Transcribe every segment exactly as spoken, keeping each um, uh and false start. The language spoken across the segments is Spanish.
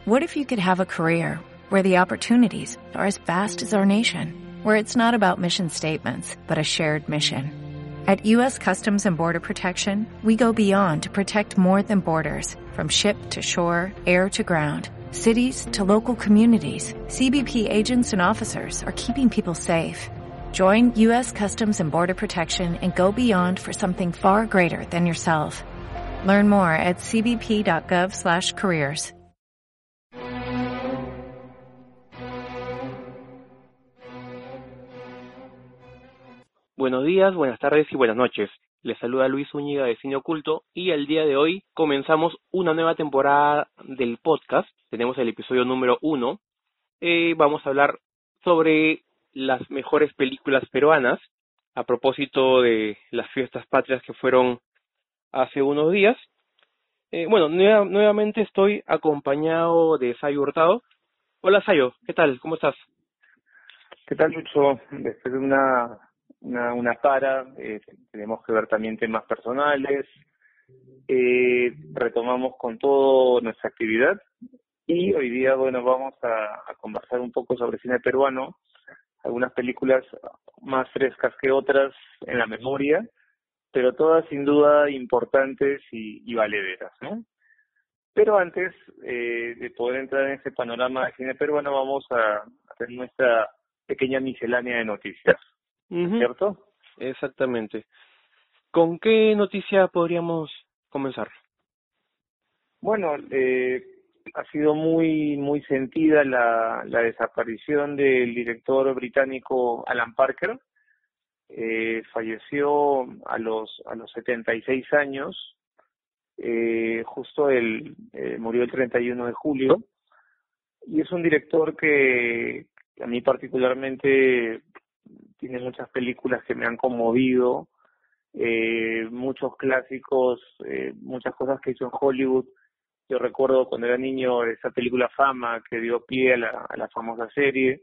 What if you could have a career where the opportunities are as vast as our nation, where it's not about mission statements, but a shared mission? At U S Customs and Border Protection, we go beyond to protect more than borders, from ship to shore, air to ground, cities to local communities. C B P agents and officers are keeping people safe. Join U S Customs and Border Protection and go beyond for something far greater than yourself. Learn more at c b p dot gov slash careers. Buenos días, buenas tardes y buenas noches. Les saluda Luis Zúñiga de Cine Oculto y el día de hoy comenzamos una nueva temporada del podcast. Tenemos el episodio número uno. Eh, vamos a hablar sobre las mejores películas peruanas a propósito de las fiestas patrias que fueron hace unos días. Eh, bueno, nueva, nuevamente estoy acompañado de Sayo Hurtado. Hola Sayo, ¿qué tal? ¿Cómo estás? ¿Qué tal, Lucho? Después de una... Una, una para, eh, tenemos que ver también temas personales, eh, retomamos con todo nuestra actividad y hoy día, bueno, vamos a, a conversar un poco sobre cine peruano, algunas películas más frescas que otras en la memoria, pero todas sin duda importantes y, y valederas, ¿no? Pero antes eh, de poder entrar en ese panorama de cine peruano, vamos a hacer nuestra pequeña miscelánea de noticias. Uh-huh. ¿Cierto? Exactamente. ¿Con qué noticia podríamos comenzar? Bueno, eh, ha sido muy muy sentida la, la desaparición del director británico Alan Parker. Eh, falleció a los a los setenta y seis años. Eh, justo el eh, murió el treinta y uno de julio. Y es un director que a mí particularmente tiene muchas películas que me han conmovido, eh, muchos clásicos, eh, muchas cosas que hizo en Hollywood. Yo recuerdo cuando era niño esa película Fama que dio pie a la, a la famosa serie,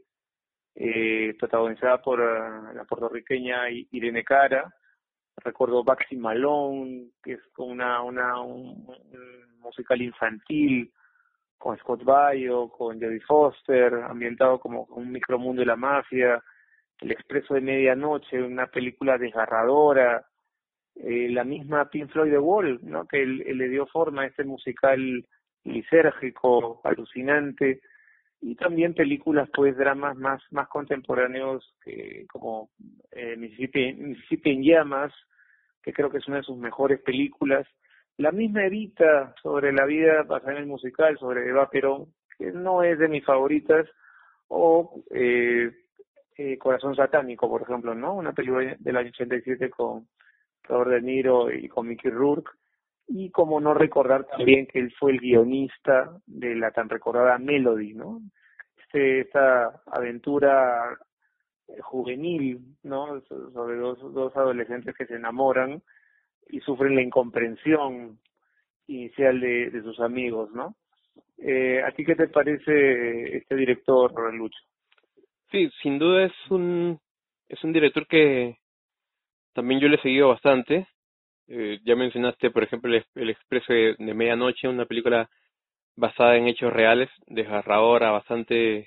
eh, protagonizada por uh, la puertorriqueña Irene Cara. Recuerdo Baxi Malone, que es una, una un, un musical infantil con Scott Baio, con Jodie Foster, ambientado como un micromundo de la mafia. El Expreso de Medianoche, una película desgarradora, eh, la misma Pink Floyd The Wall, ¿no? Que él, él le dio forma a este musical lisérgico, alucinante, y también películas, pues, dramas más más contemporáneos, que, como eh, Mississippi, Mississippi en llamas, que creo que es una de sus mejores películas. La misma Evita, sobre la vida basada en el musical, sobre Eva Perón, que no es de mis favoritas, o... Eh, Eh, Corazón Satánico, por ejemplo, ¿no? Una película del año ochenta y siete con Robert De Niro y con Mickey Rourke. Y como no recordar también que él fue el guionista de la tan recordada Melody, ¿no? Este, esta aventura juvenil, ¿no? Sobre dos, dos adolescentes que se enamoran y sufren la incomprensión inicial de, de sus amigos, ¿no? Eh, ¿A ti qué te parece este director, Lucho? Sí, sin duda es un es un director que también yo le he seguido bastante. Eh, ya mencionaste, por ejemplo, el, el Expreso de, de Medianoche, una película basada en hechos reales, desgarradora, bastante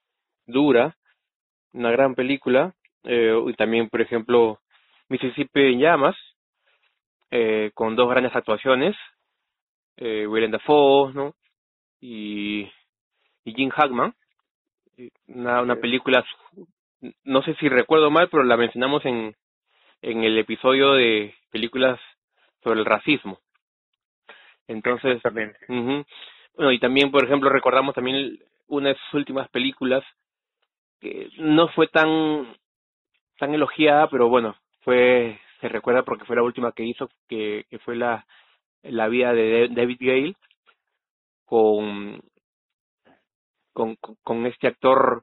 dura, una gran película. Eh, y también, por ejemplo, Mississippi en llamas, eh, con dos grandes actuaciones, eh, Willem Dafoe, ¿no? Y, y Jim Hackman. Una, una película, no sé si recuerdo mal, pero la mencionamos en, en el episodio de películas sobre el racismo. Entonces, uh-huh. Bueno, y también, por ejemplo, recordamos también una de sus últimas películas que no fue tan tan elogiada, pero bueno, fue se recuerda porque fue la última que hizo, que, que fue la la vida de David Gale con con con este actor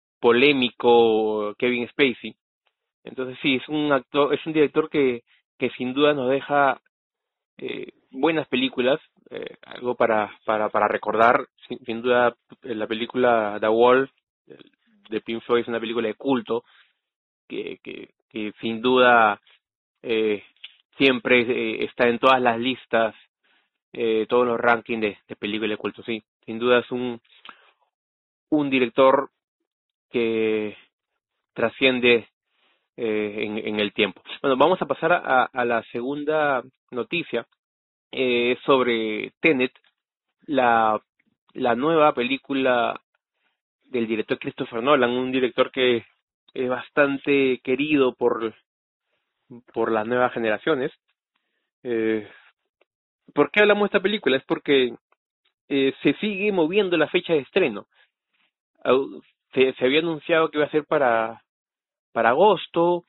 polémico Kevin Spacey. Entonces sí, es un actor, es un director que que sin duda nos deja eh, buenas películas, eh, algo para para para recordar. Sin, sin duda la película The Wall de Pink Floyd es una película de culto que que que sin duda eh, siempre eh, está en todas las listas, eh, todos los rankings de, de películas de culto. Sí, sin duda es un un director que trasciende eh, en, en el tiempo. Bueno, vamos a pasar a, a la segunda noticia eh, sobre Tenet, la, la nueva película del director Christopher Nolan, un director que es bastante querido por, por las nuevas generaciones. Eh, ¿Por qué hablamos de esta película? Es porque eh, se sigue moviendo la fecha de estreno. Au- Se, se había anunciado que iba a ser para, para agosto,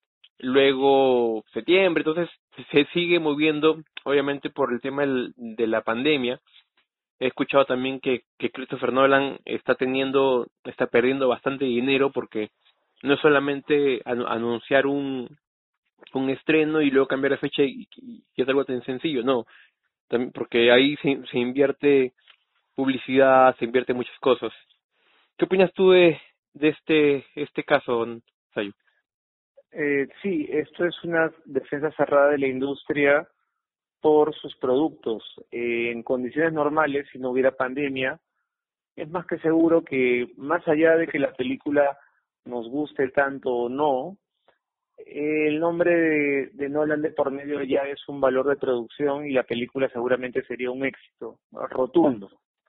luego septiembre, entonces se sigue moviendo, obviamente por el tema del- de la pandemia. He escuchado también que, que Christopher Nolan está teniendo, está perdiendo bastante dinero porque no es solamente anu- anunciar un, un estreno y luego cambiar de fecha y, y es algo tan sencillo, no, también porque ahí se, se invierte publicidad, se invierte muchas cosas. ¿Qué opinas tú de, de este este caso, Sayo? Eh, sí, esto es una defensa cerrada de la industria por sus productos. Eh, en condiciones normales, si no hubiera pandemia, es más que seguro que más allá de que la película nos guste tanto o no, eh, el nombre de, de Nolan de por medio ya es un valor de producción y la película seguramente sería un éxito rotundo.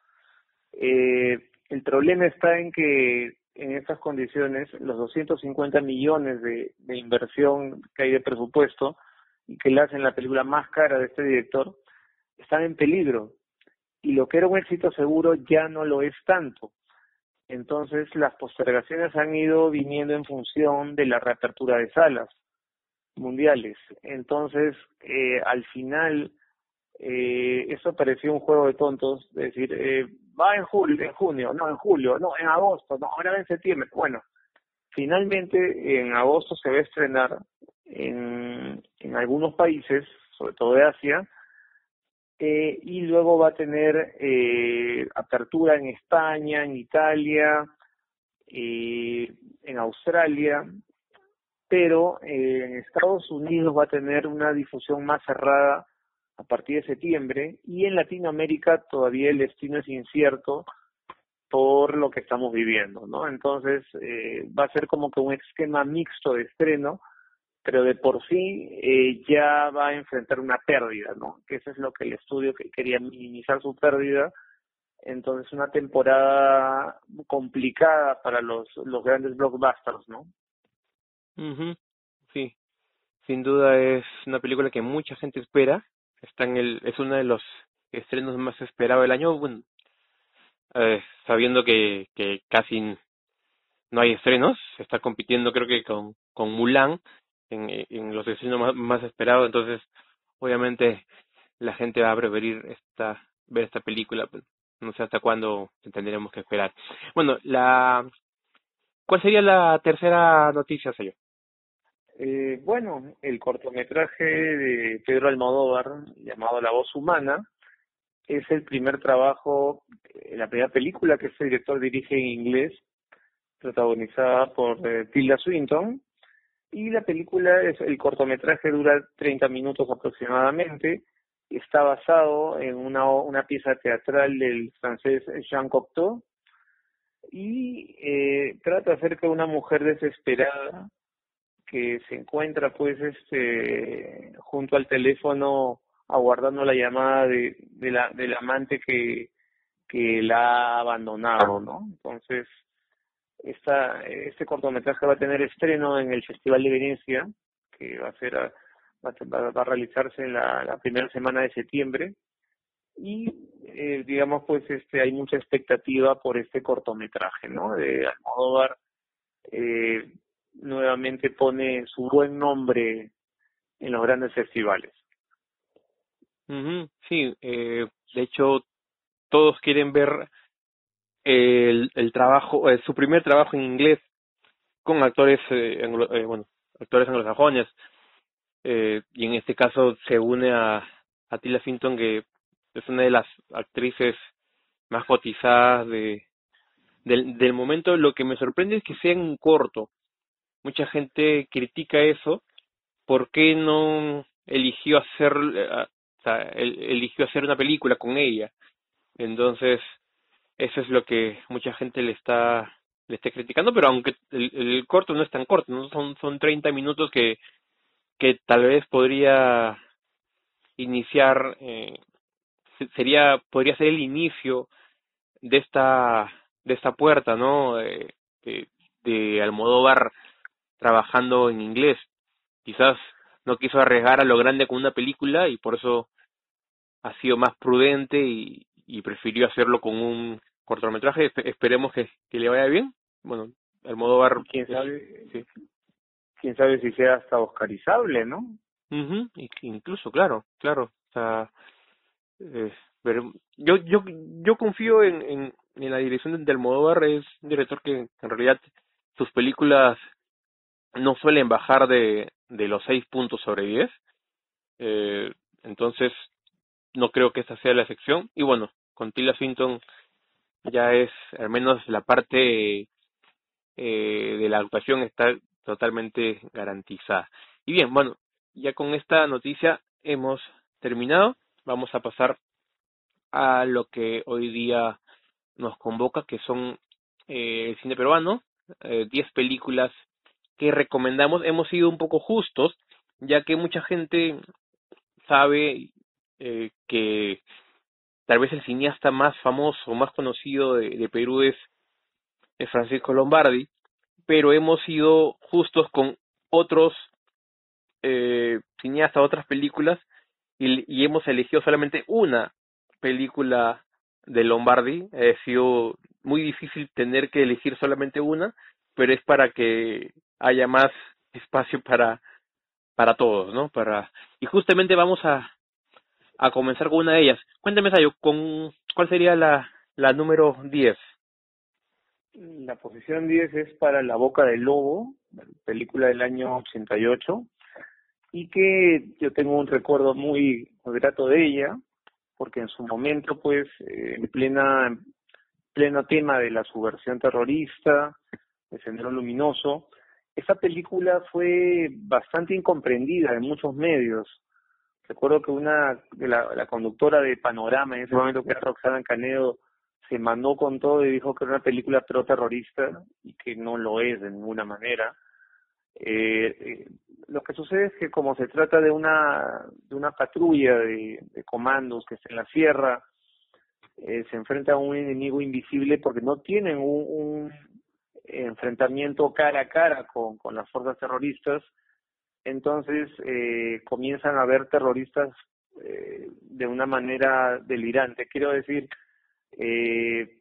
Eh, el problema está en que en estas condiciones los doscientos cincuenta millones de, de inversión que hay de presupuesto y que le hacen la película más cara de este director están en peligro y lo que era un éxito seguro ya no lo es tanto. Entonces las postergaciones han ido viniendo en función de la reapertura de salas mundiales. Entonces, eh, al final, eh, eso pareció un juego de tontos, de decir, eh, va en julio, en junio, no, en julio, no, en agosto, no, ahora va en septiembre. Bueno, finalmente en agosto se va a estrenar en, en algunos países, sobre todo de Asia, eh, y luego va a tener eh, apertura en España, en Italia, eh, en Australia, pero eh, en Estados Unidos va a tener una difusión más cerrada a partir de septiembre y en Latinoamérica todavía el destino es incierto por lo que estamos viviendo, ¿no? Entonces eh, va a ser como que un esquema mixto de estreno, pero de por sí eh, ya va a enfrentar una pérdida, ¿no? Que eso es lo que el estudio que quería minimizar su pérdida. Entonces una temporada complicada para los los grandes blockbusters, ¿no? Ujú, sí, sin duda es una película que mucha gente espera. Está en el, es uno de los estrenos más esperados del año, bueno, eh, sabiendo que, que casi no hay estrenos. Se está compitiendo creo que con, con Mulan en, en los estrenos más, más esperados, entonces obviamente la gente va a preferir esta, ver esta película, pues, no sé hasta cuándo tendremos que esperar. Bueno, la, ¿cuál sería la tercera noticia, señor? Eh, bueno, el cortometraje de Pedro Almodóvar, llamado La Voz Humana, es el primer trabajo, eh, la primera película que este director dirige en inglés, protagonizada por eh, Tilda Swinton, y la película, es el cortometraje dura treinta minutos aproximadamente, está basado en una, una pieza teatral del francés Jean Cocteau, y eh, trata acerca de una mujer desesperada que se encuentra pues este junto al teléfono aguardando la llamada de, de la del amante que que la ha abandonado, ¿no? Entonces esta este cortometraje va a tener estreno en el Festival de Venecia, que va a ser a- va a, va va a realizarse en la, la primera semana de septiembre y eh, digamos pues este hay mucha expectativa por este cortometraje, ¿no? De Almodóvar. eh, Nuevamente pone su buen nombre en los grandes festivales. Ujú, sí, eh, de hecho todos quieren ver el, el trabajo, eh, su primer trabajo en inglés con actores, eh, anglo- eh, bueno, actores anglosajones, eh, y en este caso se une a, a Tilda Swinton, que es una de las actrices más cotizadas de del, del momento. Lo que me sorprende es que sea en un corto. Mucha gente critica eso. ¿Por qué no eligió hacer, eh, o sea, el- eligió hacer una película con ella? Entonces, eso es lo que mucha gente le está le está criticando, pero aunque el, el corto no es tan corto, ¿no? Son, son treinta minutos que, que tal vez podría iniciar, eh, sería, podría ser el inicio de esta, de esta puerta, ¿no? De, de, de Almodóvar trabajando en inglés. Quizás no quiso arriesgar a lo grande con una película y por eso ha sido más prudente y, y prefirió hacerlo con un cortometraje. Espe- esperemos que, que le vaya bien. Bueno, Almodóvar Y quién es, sabe, sí. quién sabe si sea hasta oscarizable, ¿no? Ujú, y- incluso, claro, claro. O sea, eh, veremos. yo, yo, yo confío en, en, en la dirección de Almodóvar. Es un director que en realidad sus películas no suelen bajar de, de los seis puntos sobre diez. Eh, entonces, no creo que esta sea la excepción. Y bueno, con Tilda Swinton ya es, al menos la parte eh, de la actuación está totalmente garantizada. Y bien, bueno, ya con esta noticia hemos terminado. Vamos a pasar a lo que hoy día nos convoca, que son eh, el cine peruano, eh, diez películas que recomendamos. Hemos sido un poco justos, ya que mucha gente sabe eh, que tal vez el cineasta más famoso, más conocido de, de Perú es, es Francisco Lombardi, pero hemos sido justos con otros eh, cineastas, otras películas, y, y hemos elegido solamente una película de Lombardi. Ha sido muy difícil tener que elegir solamente una, pero es para que haya más espacio para para todos, ¿no? Para y justamente vamos a, a comenzar con una de ellas. Cuéntame, Sayo, con ¿cuál sería la la número diez? La posición diez es para La Boca del Lobo, película del año ochenta y ocho, y que yo tengo un recuerdo muy, muy grato de ella, porque en su momento, pues, eh, en plena, en pleno tema de la subversión terrorista, de Sendero Luminoso, esa película fue bastante incomprendida en muchos medios. Recuerdo que una de la, la conductora de Panorama en ese momento, que era Roxana Canedo, se mandó con todo y dijo que era una película pro-terrorista y que no lo es de ninguna manera. Eh, eh, lo que sucede es que como se trata de una de una patrulla de, de comandos que está en la sierra, eh, se enfrenta a un enemigo invisible porque no tienen un, un enfrentamiento cara a cara con, con las fuerzas terroristas. Entonces eh, comienzan a ver terroristas eh, de una manera delirante. Quiero decir, eh,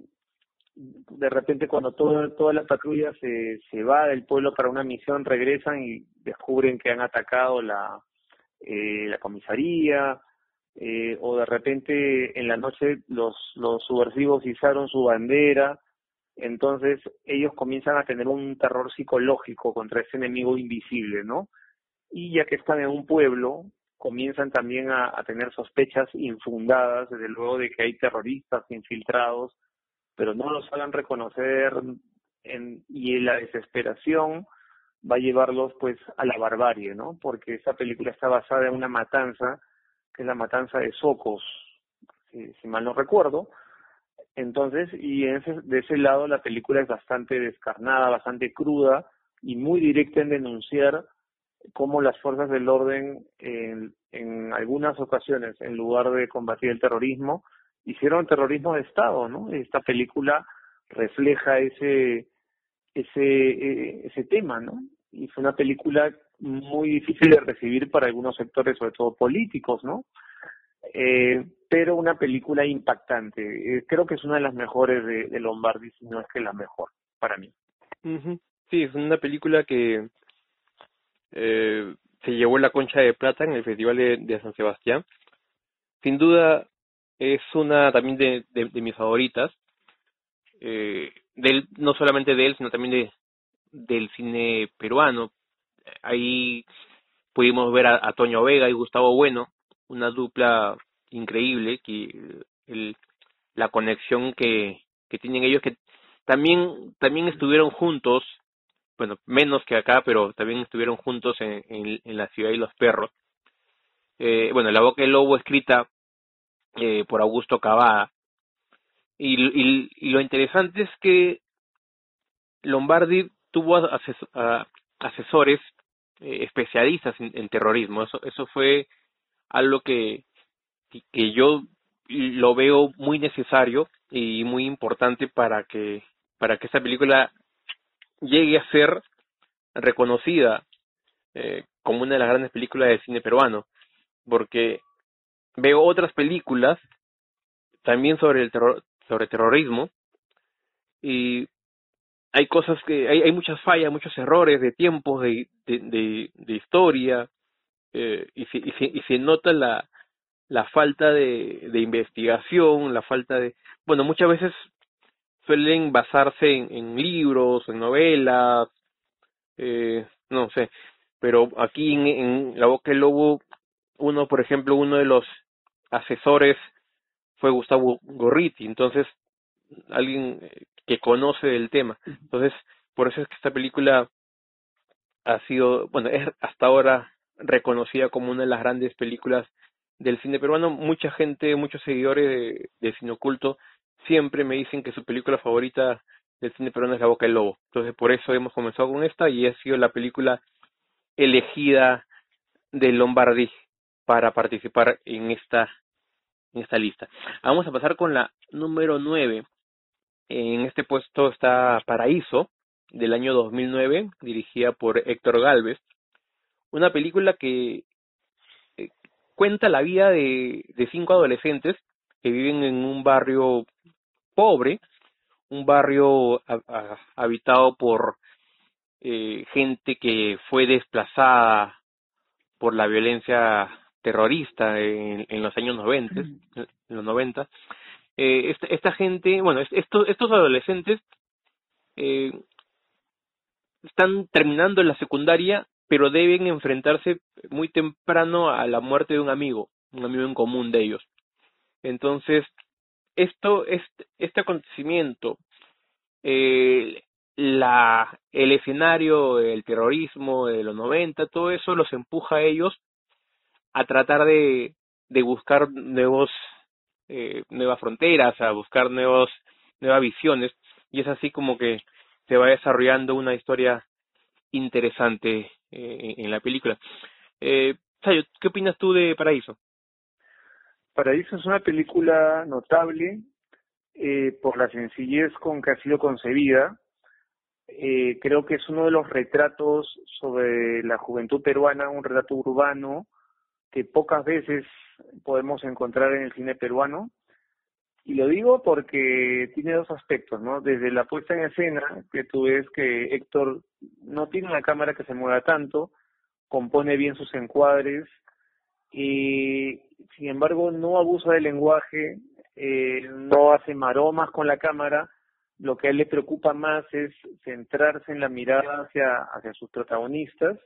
de repente cuando todo, toda la patrulla se, se va del pueblo para una misión, regresan y descubren que han atacado la, eh, la comisaría, eh, o de repente en la noche los, los subversivos izaron su bandera. Entonces ellos comienzan a tener un terror psicológico contra ese enemigo invisible, ¿no? Y ya que están en un pueblo, comienzan también a, a tener sospechas infundadas, desde luego, de que hay terroristas infiltrados, pero no los hagan reconocer, en, y la desesperación va a llevarlos pues a la barbarie, ¿no? Porque esta película está basada en una matanza, que es la matanza de Socos, si, si mal no recuerdo. Entonces, y en ese, de ese lado la película es bastante descarnada, bastante cruda y muy directa en denunciar cómo las fuerzas del orden en, en algunas ocasiones, en lugar de combatir el terrorismo, hicieron terrorismo de Estado, ¿no? Esta película refleja ese ese eh, ese tema, ¿no? Y fue una película muy difícil de recibir para algunos sectores, sobre todo políticos, ¿no? Eh, pero una película impactante. Eh, creo que es una de las mejores de, de Lombardi, si no es que la mejor, para mí. Ujú. Sí, es una película que eh, se llevó la Concha de Plata en el Festival de, de San Sebastián. Sin duda es una también de, de, de mis favoritas, eh, de él, no solamente de él, sino también de del cine peruano. Ahí pudimos ver a, a Toño Vega y Gustavo Bueno, una dupla increíble, que el, la conexión que, que tienen ellos, que también también estuvieron juntos, bueno, menos que acá, pero también estuvieron juntos en, en, en La Ciudad y los Perros. Eh, bueno, La Boca del Lobo, escrita eh, por Augusto Cavada, Y, y, y lo interesante es que Lombardi tuvo ases, a, asesores eh, especialistas en, en terrorismo. Eso, eso fue algo que, que yo lo veo muy necesario y muy importante para que para que esta película llegue a ser reconocida eh, como una de las grandes películas del cine peruano, porque veo otras películas también sobre el terror, sobre terrorismo, y hay cosas que hay, hay muchas fallas, muchos errores de tiempos, de de, de, de historia, eh, y, se, y, se, y se nota la la falta de, de investigación, la falta de, bueno, muchas veces suelen basarse en, en libros, en novelas, eh, no sé, pero aquí en, en La Boca del Lobo, uno, por ejemplo, uno de los asesores fue Gustavo Gorriti, entonces, alguien eh, que conoce del tema. Entonces, por eso es que esta película ha sido, bueno, es hasta ahora reconocida como una de las grandes películas del cine peruano. Mucha gente, muchos seguidores de, de Cine Oculto siempre me dicen que su película favorita del cine peruano es La Boca del Lobo. Entonces, por eso hemos comenzado con esta y ha sido la película elegida de Lombardi para participar en esta en esta lista. Vamos a pasar con la número nueve. En este puesto está Paraíso, del año dos mil nueve, dirigida por Héctor Gálvez. Una película que eh, cuenta la vida de, de cinco adolescentes que viven en un barrio pobre, un barrio a, a, habitado por eh, gente que fue desplazada por la violencia terrorista en, en los años noventa, en los noventa. Eh, esta, esta gente, bueno, estos, estos adolescentes eh, están terminando en la secundaria, pero deben enfrentarse muy temprano a la muerte de un amigo, un amigo en común de ellos. Entonces, esto, este, este acontecimiento, eh, la, el escenario del terrorismo de los noventa, todo eso los empuja a ellos a tratar de, de buscar nuevos, eh, nuevas fronteras, a buscar nuevos, nuevas visiones, y es así como que se va desarrollando una historia interesante eh, en la película. Eh, Sayo, ¿qué opinas tú de Paraíso? Paraíso es una película notable eh, por la sencillez con que ha sido concebida. Eh, creo que es uno de los retratos sobre la juventud peruana, un retrato urbano que pocas veces podemos encontrar en el cine peruano. Y lo digo porque tiene dos aspectos, ¿no? Desde la puesta en escena, que tú ves que Héctor no tiene una cámara que se mueva tanto, compone bien sus encuadres, y sin embargo no abusa del lenguaje, eh, no hace maromas con la cámara. Lo que a él le preocupa más es centrarse en la mirada hacia, hacia sus protagonistas,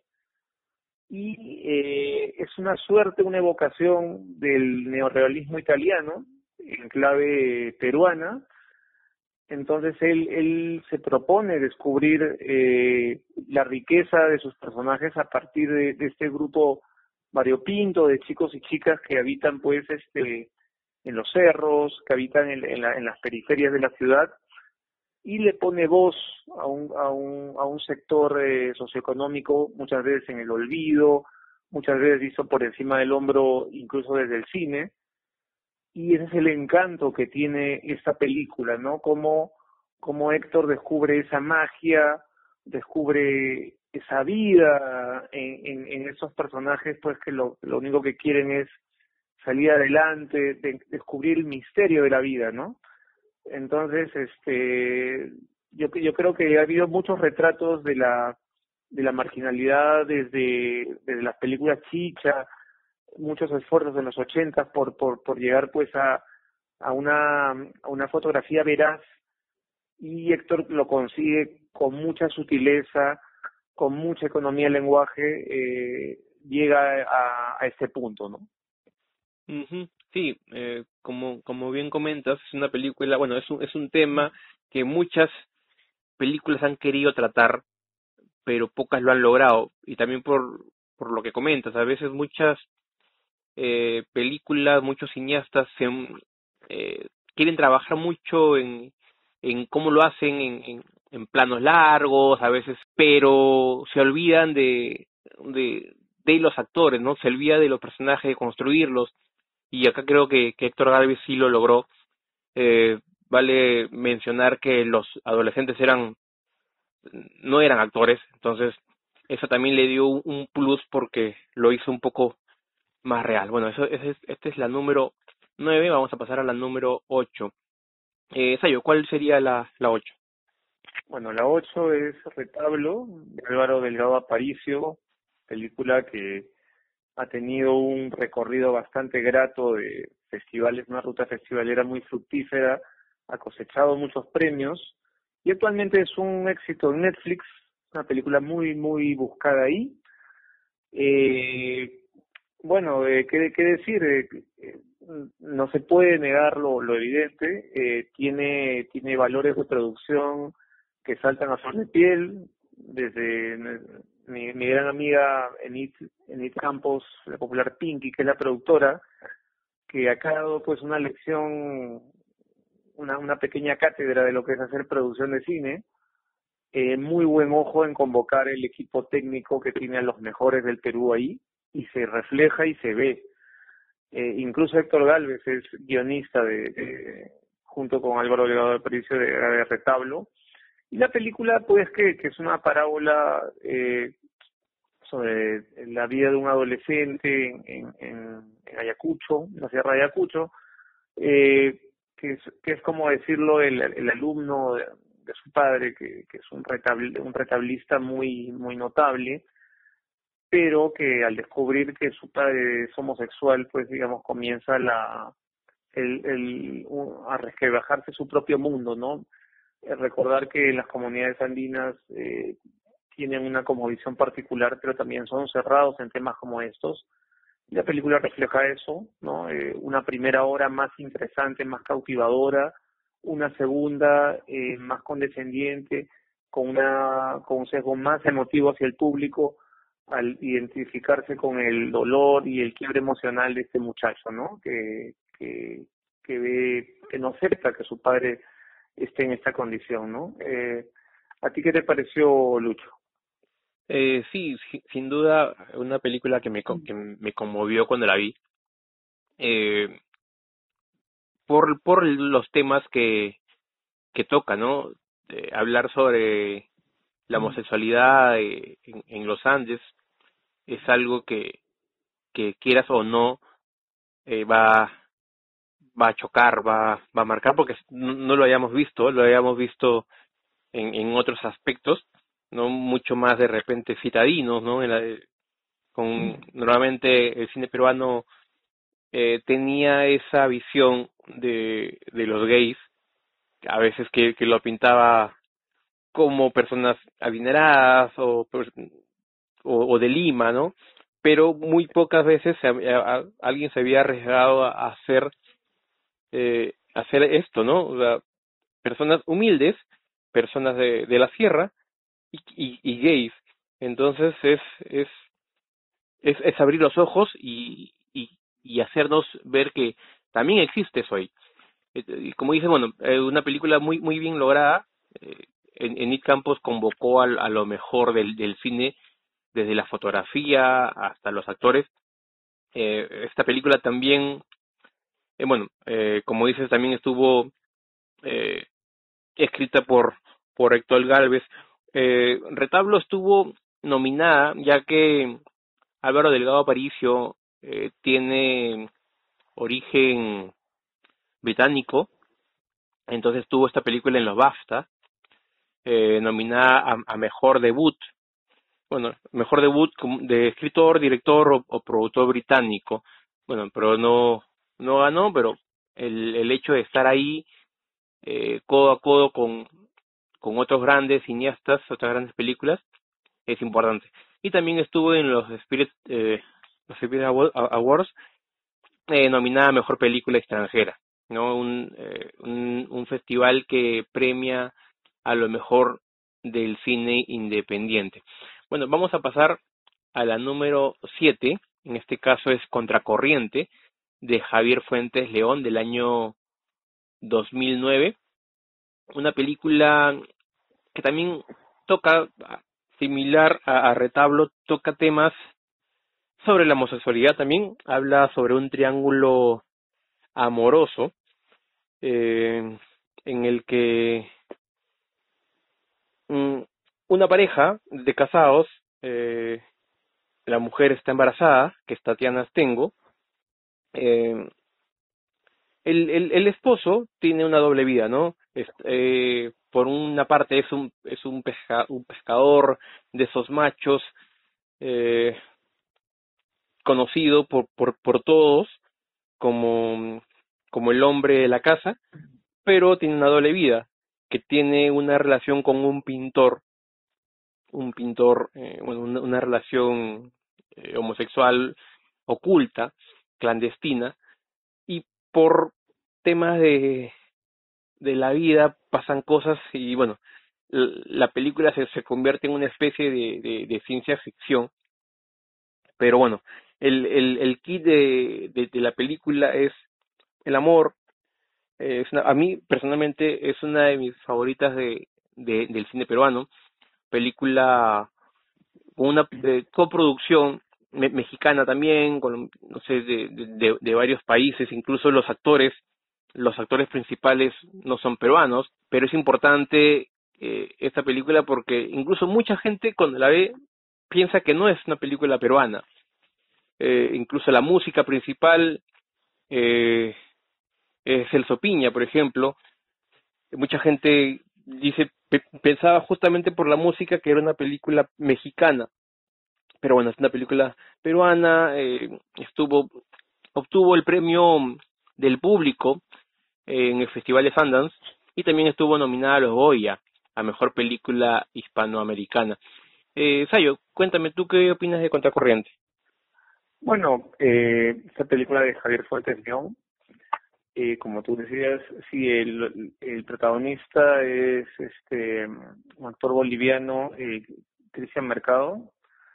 y eh, es una suerte, una evocación del neorrealismo italiano en clave peruana. Entonces él, él se propone descubrir eh, la riqueza de sus personajes a partir de, de este grupo variopinto de chicos y chicas que habitan pues este en los cerros, que habitan en, en, la, en las periferias de la ciudad, y le pone voz a un, a un, a un sector eh, socioeconómico muchas veces en el olvido, muchas veces visto por encima del hombro incluso desde el cine. Y ese es el encanto que tiene esta película, ¿no? Como, como Héctor descubre esa magia, descubre esa vida en, en, en esos personajes, pues que lo, lo único que quieren es salir adelante, de, descubrir el misterio de la vida, ¿no? Entonces, este, yo yo creo que ha habido muchos retratos de la de la marginalidad desde, desde las películas Chicha, muchos esfuerzos en los ochentas por por por llegar pues a a una a una fotografía veraz, y Héctor lo consigue con mucha sutileza, con mucha economía del lenguaje, eh, llega a, a este punto, ¿no? Uh-huh. Sí, eh, como como bien comentas, es una película, bueno, es un, es un tema que muchas películas han querido tratar, pero pocas lo han logrado, y también por, por lo que comentas, a veces muchas eh, películas, muchos cineastas se, eh, quieren trabajar mucho en, en cómo lo hacen en, en, en planos largos a veces, pero se olvidan de, de, de los actores, ¿no? Se olvida de los personajes, de construirlos, y acá creo que, que Héctor Galvez sí lo logró. Eh, vale mencionar que los adolescentes eran no eran actores, entonces eso también le dio un, un plus porque lo hizo un poco más real. Bueno, eso, ese es, esta es la número nueve, vamos a pasar a la número ocho. Eh, Sayo, ¿cuál sería la, la ocho? Bueno, la ocho es Retablo, de Álvaro Delgado Aparicio, película que ha tenido un recorrido bastante grato de festivales, una ruta festivalera muy fructífera, ha cosechado muchos premios y actualmente es un éxito en Netflix, una película muy, muy buscada ahí. Eh, bueno, eh, ¿qué, qué decir? Eh, eh, no se puede negar lo, lo evidente, eh, tiene, tiene valores de producción que saltan a flor de piel, desde mi, mi gran amiga Enid, Enid Campos, la popular Pinky, que es la productora, que ha dado pues una lección, una, una pequeña cátedra de lo que es hacer producción de cine, eh, muy buen ojo en convocar el equipo técnico que tiene a los mejores del Perú ahí, y se refleja y se ve. Eh, incluso Héctor Galvez es guionista de, de junto con Álvaro Delgado Aparicio de, de Retablo. Y la película, pues, que, que es una parábola eh, sobre la vida de un adolescente en, en, en Ayacucho, en la Sierra de Ayacucho, eh, que, es, que es como decirlo el, el alumno de, de su padre, que, que es un, retabl, un retablista muy, muy notable, pero que al descubrir que su padre es homosexual, pues, digamos, comienza la el, el a resquebrajarse su propio mundo, ¿no? Recordar que las comunidades andinas eh, tienen una cosmovisión particular, pero también son cerrados en temas como estos. Y la película refleja eso, ¿no? Eh, una primera hora más interesante, más cautivadora, una segunda eh, más condescendiente, con una con un sesgo más emotivo hacia el público al identificarse con el dolor y el quiebre emocional de este muchacho, ¿no? Que que que ve, que no acepta que su padre esté en esta condición, ¿no? Eh, ¿A ti qué te pareció, Lucho? Eh, sí, sí, sin duda, una película que me, co- que me conmovió cuando la vi, eh, por, por los temas que, que toca, ¿no? Eh, hablar sobre la homosexualidad eh, en, en los Andes es algo que, que quieras o no, eh, va, va a chocar, va, va a marcar, porque no, no lo hayamos visto, lo hayamos visto en, en otros aspectos, no mucho más de repente citadinos, ¿no? En la, con normalmente el cine peruano eh, tenía esa visión de, de los gays, a veces que, que lo pintaba como personas adineradas o, o, o de Lima, ¿no? Pero muy pocas veces se, a, a, alguien se había arriesgado a, a hacer eh, hacer esto, ¿no? O sea, personas humildes, personas de, de la sierra y, y, y gays. Entonces es es es, es abrir los ojos y, y, y hacernos ver que también existe eso ahí. Eh, Y como dice, bueno, eh, una película muy muy bien lograda. Eh, en, Enid Campos convocó al, a lo mejor del, del cine, desde la fotografía hasta los actores. Eh, esta película también, eh, bueno, eh, como dices, también estuvo eh, escrita por, por Héctor Galvez. Eh, Retablo estuvo nominada, ya que Álvaro Delgado Aparicio eh, tiene origen británico, entonces tuvo esta película en los BAFTA, eh, nominada a, a Mejor Debut, bueno, Mejor Debut de escritor, director o, o productor británico, bueno, pero no, no ganó, pero el, el hecho de estar ahí eh, codo a codo con, con otros grandes cineastas, otras grandes películas, es importante. Y también estuvo en los Spirit, eh, los Spirit Awards, eh, nominada a Mejor Película Extranjera, ¿no? Un, eh, un, un festival que premia a lo mejor del cine independiente. Bueno, vamos a pasar a la número siete, en este caso es Contracorriente, de Javier Fuentes León, del año dos mil nueve, una película que también toca, similar a, a Retablo, toca temas sobre la homosexualidad también, habla sobre un triángulo amoroso, eh, en el que mm, una pareja de casados, eh, la mujer está embarazada, que es Tatiana Stengo, eh, el, el, el esposo tiene una doble vida, ¿no? Es, eh, por una parte es un es un, pesca, un pescador de esos machos, eh, conocido por, por, por todos como, como el hombre de la casa, pero tiene una doble vida, que tiene una relación con un pintor, un pintor, eh, bueno, una, una relación eh, homosexual oculta, clandestina, y por temas de, de la vida pasan cosas y bueno, la película se, se convierte en una especie de, de, de ciencia ficción, pero bueno, el, el, el kit de, de, de la película es el amor. Eh, es una, a mí personalmente es una de mis favoritas de, de del cine peruano, película con una eh, coproducción me, mexicana también, con, no sé, de, de, de varios países, incluso los actores, los actores principales no son peruanos, pero es importante eh, esta película porque incluso mucha gente cuando la ve piensa que no es una película peruana. Eh, incluso la música principal eh, es Celso Piña, por ejemplo. Mucha gente dice, pe- pensaba justamente por la música que era una película mexicana, pero bueno, es una película peruana, eh, estuvo, obtuvo el premio del público en el Festival de Sundance y también estuvo nominada a los Goya, a Mejor Película Hispanoamericana. Eh, Sayo, cuéntame, ¿tú qué opinas de Contracorriente? Bueno, eh, esta película de Javier Fuentes León, eh, como tú decías, sí, el, el protagonista es este un actor boliviano, eh, Cristian Mercado,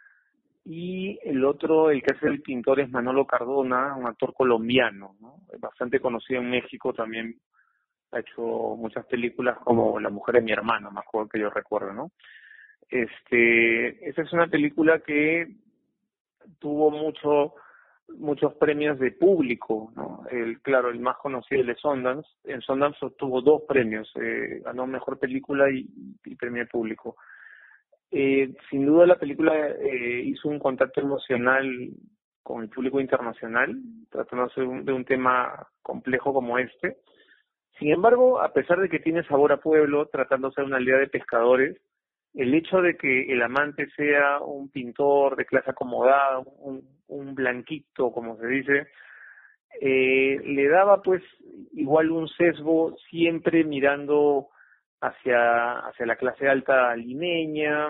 y el otro, el que hace el pintor, es Manolo Cardona, un actor colombiano, ¿no? Bastante conocido en México, también ha hecho muchas películas como La mujer de mi hermano, mejor que yo recuerdo, ¿no? Este, esa es una película que tuvo mucho muchos premios de público, ¿no? El, claro, el más conocido, el de Sundance. En Sundance obtuvo dos premios, eh, ganó mejor película y, y premio de público. Eh, sin duda la película eh, hizo un contacto emocional con el público internacional, tratándose de un, de un tema complejo como este. Sin embargo, a pesar de que tiene sabor a pueblo, tratándose de una aldea de pescadores, el hecho de que el amante sea un pintor de clase acomodada, un, un blanquito, como se dice, eh, le daba pues igual un sesgo, siempre mirando hacia, hacia la clase alta limeña,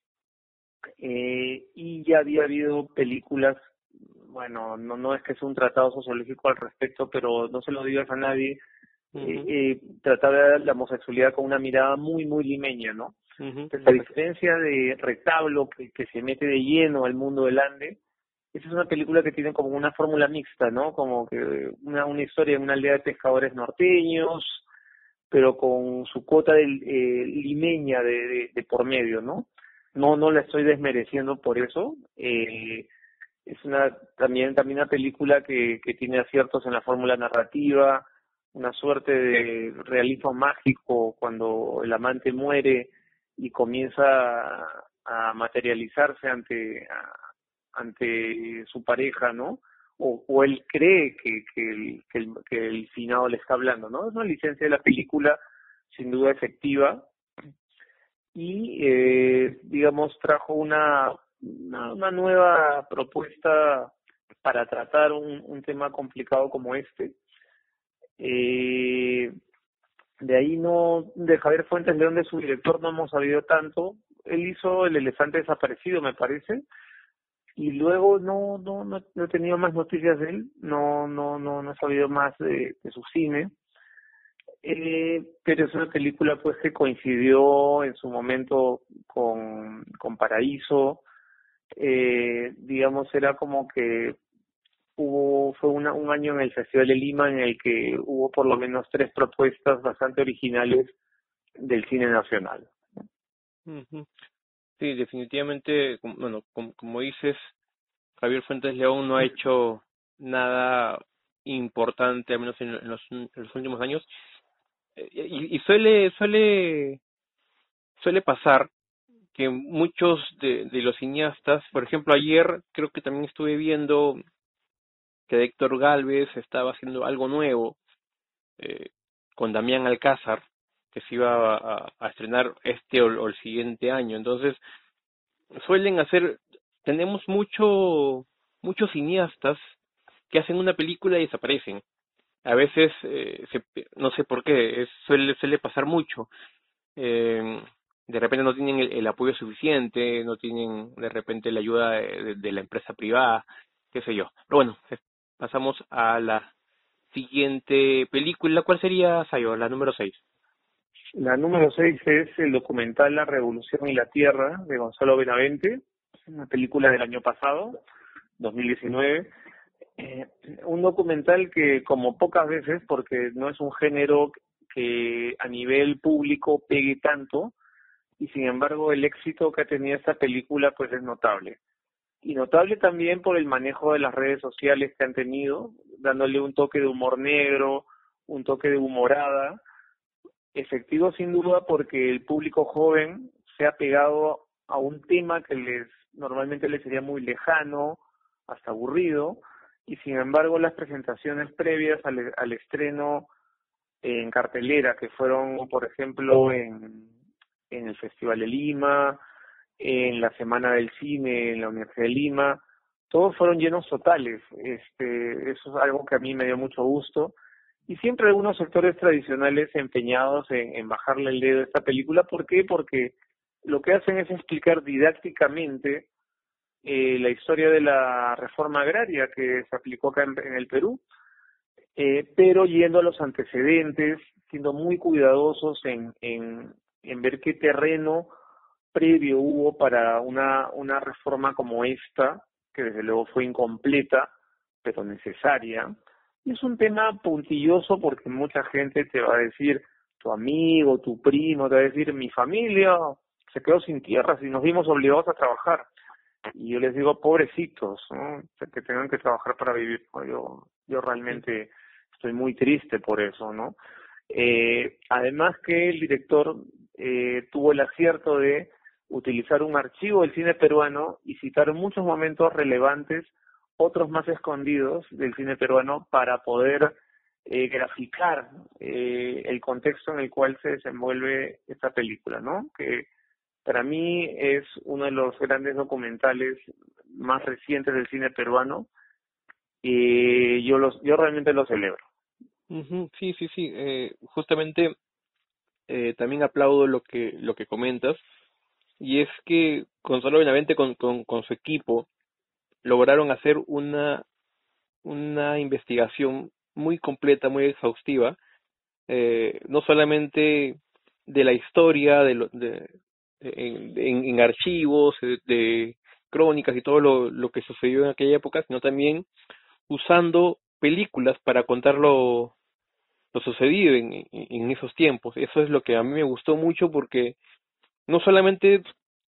eh, y ya había habido películas, bueno, no, no es que sea un tratado sociológico al respecto, pero no se lo digas a nadie, eh, Uh-huh. eh, trataba la homosexualidad con una mirada muy, muy limeña, ¿no? Uh-huh. Entonces, a diferencia de Retablo, que, que se mete de lleno al mundo del Ande, esa es una película que tiene como una fórmula mixta, ¿no? Como que una, una historia en una aldea de pescadores norteños, pero con su cuota de, eh, limeña de, de, de por medio, ¿no? No, no la estoy desmereciendo por eso. Eh, es una también también una película que, que tiene aciertos en la fórmula narrativa, una suerte de realismo mágico cuando el amante muere y comienza a, a materializarse ante a, ante su pareja, ¿no? O, o él cree que, que, el, que, el, que el finado le está hablando, ¿no? Es una licencia de la película sin duda efectiva y, eh, digamos, trajo una, una, una nueva propuesta para tratar un, un tema complicado como este. Eh, de ahí no, de Javier Fuentes León, de su director, no hemos sabido tanto. Él hizo El elefante desaparecido, me parece, y luego no, no, no, no he tenido más noticias de él, no, no, no, no he sabido más de, de su cine. Eh, pero es una película pues que coincidió en su momento con, con Paraíso, eh, digamos era como que hubo fue una, un año en el Festival de Lima en el que hubo por lo menos tres propuestas bastante originales del cine nacional. Ujú. Sí, definitivamente, como- bueno, como, como dices, Javier Fuentes León no ha hecho nada importante, al menos en, en los, en los últimos años. Eh, Y, y suele, suele, suele pasar que muchos de, de los cineastas, por ejemplo, ayer creo que también estuve viendo que Héctor Gálvez estaba haciendo algo nuevo eh, con Damián Alcázar, que se iba a, a estrenar este o, o el siguiente año. Entonces, suelen hacer, tenemos mucho, muchos cineastas que hacen una película y desaparecen. A veces, eh, se, no sé por qué, es, suele, suele pasar mucho. Eh, de repente no tienen el, el apoyo suficiente, no tienen de repente la ayuda de, de- de la empresa privada, qué sé yo. Pero bueno, eh, pasamos a la siguiente película. ¿Cuál sería, Sayo? La número seis. La número seis es el documental La Revolución y la Tierra de Gonzalo Benavente, una película del año pasado, dos mil diecinueve. Eh, un documental que, como pocas veces, porque no es un género que a nivel público pegue tanto, y sin embargo el éxito que ha tenido esta película pues es notable. Y notable también por el manejo de las redes sociales que han tenido, dándole un toque de humor negro, un toque de humorada, efectivo sin duda porque el público joven se ha pegado a un tema que les normalmente les sería muy lejano, hasta aburrido, y sin embargo las presentaciones previas al, al estreno en cartelera, que fueron, por ejemplo, en, en el Festival de Lima, en la Semana del Cine, en la Universidad de Lima, todos fueron llenos totales. Este, eso es algo que a mí me dio mucho gusto. Y siempre algunos sectores tradicionales empeñados en, en bajarle el dedo a esta película. ¿Por qué? Porque lo que hacen es explicar didácticamente eh, la historia de la reforma agraria que se aplicó acá en, en el Perú, eh, pero yendo a los antecedentes, siendo muy cuidadosos en, en, en ver qué terreno previo hubo para una, una reforma como esta, que desde luego fue incompleta, pero necesaria. Y es un tema puntilloso porque mucha gente te va a decir, tu amigo, tu primo, te va a decir, mi familia se quedó sin tierras y nos vimos obligados a trabajar. Y yo les digo, pobrecitos, ¿no? O sea, que tengan que trabajar para vivir. ¿No? Yo, yo realmente estoy muy triste por eso, ¿no? Eh, además que el director eh, tuvo el acierto de utilizar un archivo del cine peruano y citar muchos momentos relevantes, otros más escondidos del cine peruano para poder eh, graficar eh, el contexto en el cual se desenvuelve esta película, ¿no? Que para mí es uno de los grandes documentales más recientes del cine peruano y yo los yo realmente lo celebro. Ujú. Sí, sí, sí. Eh, justamente eh, también aplaudo lo que lo que comentas, y es que Gonzalo Benavente con, con, con su equipo lograron hacer una una investigación muy completa, muy exhaustiva, eh, no solamente de la historia, de, lo, de en, en, en archivos, de, de crónicas y todo lo, lo que sucedió en aquella época, sino también usando películas para contar lo, lo sucedido en, en, en esos tiempos. Eso es lo que a mí me gustó mucho porque no solamente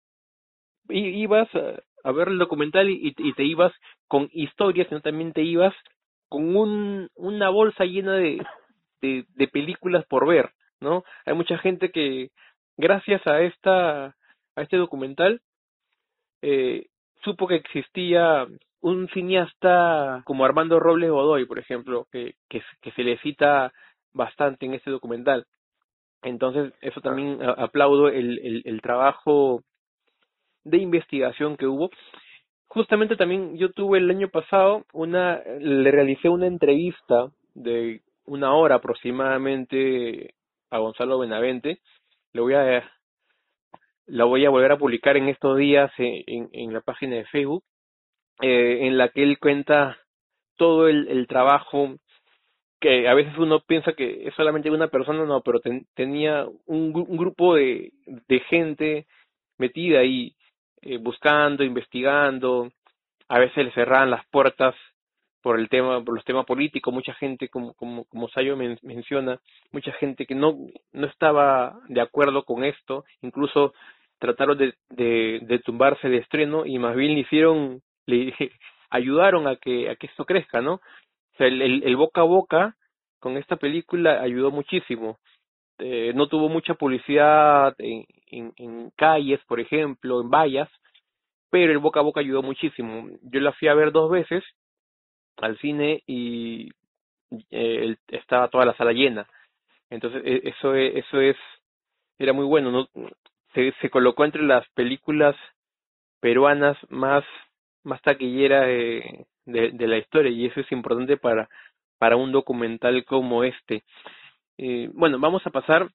i- ibas a, a ver el documental y, y te ibas con historias, sino también te ibas con un, una bolsa llena de, de, de películas por ver, ¿no? Hay mucha gente que, gracias a esta, a este documental, eh, supo que existía un cineasta como Armando Robles Godoy, por ejemplo, que, que, que se le cita bastante en este documental. Entonces, eso también a- aplaudo el, el, el trabajo de investigación que hubo. Justamente también yo tuve el año pasado una, le realicé una entrevista de una hora aproximadamente a Gonzalo Benavente. Le voy a, la voy a volver a publicar en estos días en, en, en la página de Facebook, eh, en la que él cuenta todo el, el trabajo que a veces uno piensa que es solamente una persona, no, pero ten, tenía un, un grupo de, de gente metida ahí, eh, buscando, investigando. A veces le cerraban las puertas por el tema, por los temas políticos, mucha gente, como, como, como Sayo men- menciona, mucha gente que no, no estaba de acuerdo con esto, incluso trataron de, de, de tumbarse el estreno y más bien le hicieron, le ayudaron a que, a que esto crezca, ¿no? O sea, el, el, el boca a boca con esta película ayudó muchísimo. Eh, no tuvo mucha publicidad en, en, en calles, por ejemplo, en vallas, pero el boca a boca ayudó muchísimo. Yo la fui a ver dos veces al cine y eh, el- estaba toda la sala llena. Entonces, e- eso es, eso es, era muy bueno, ¿no? Se, se colocó entre las películas peruanas más, más taquilleras de, de, de la historia y eso es importante para, para un documental como este. Eh, bueno, vamos a pasar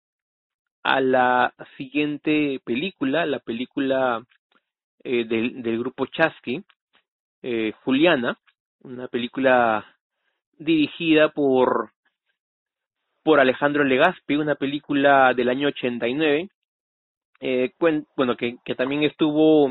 a la siguiente película, la película eh, del, del grupo Chasqui, eh, Juliana, una película dirigida por, por Alejandro Legazpi, una película del año ochenta y nueve, eh, cuen- bueno, que, que también estuvo,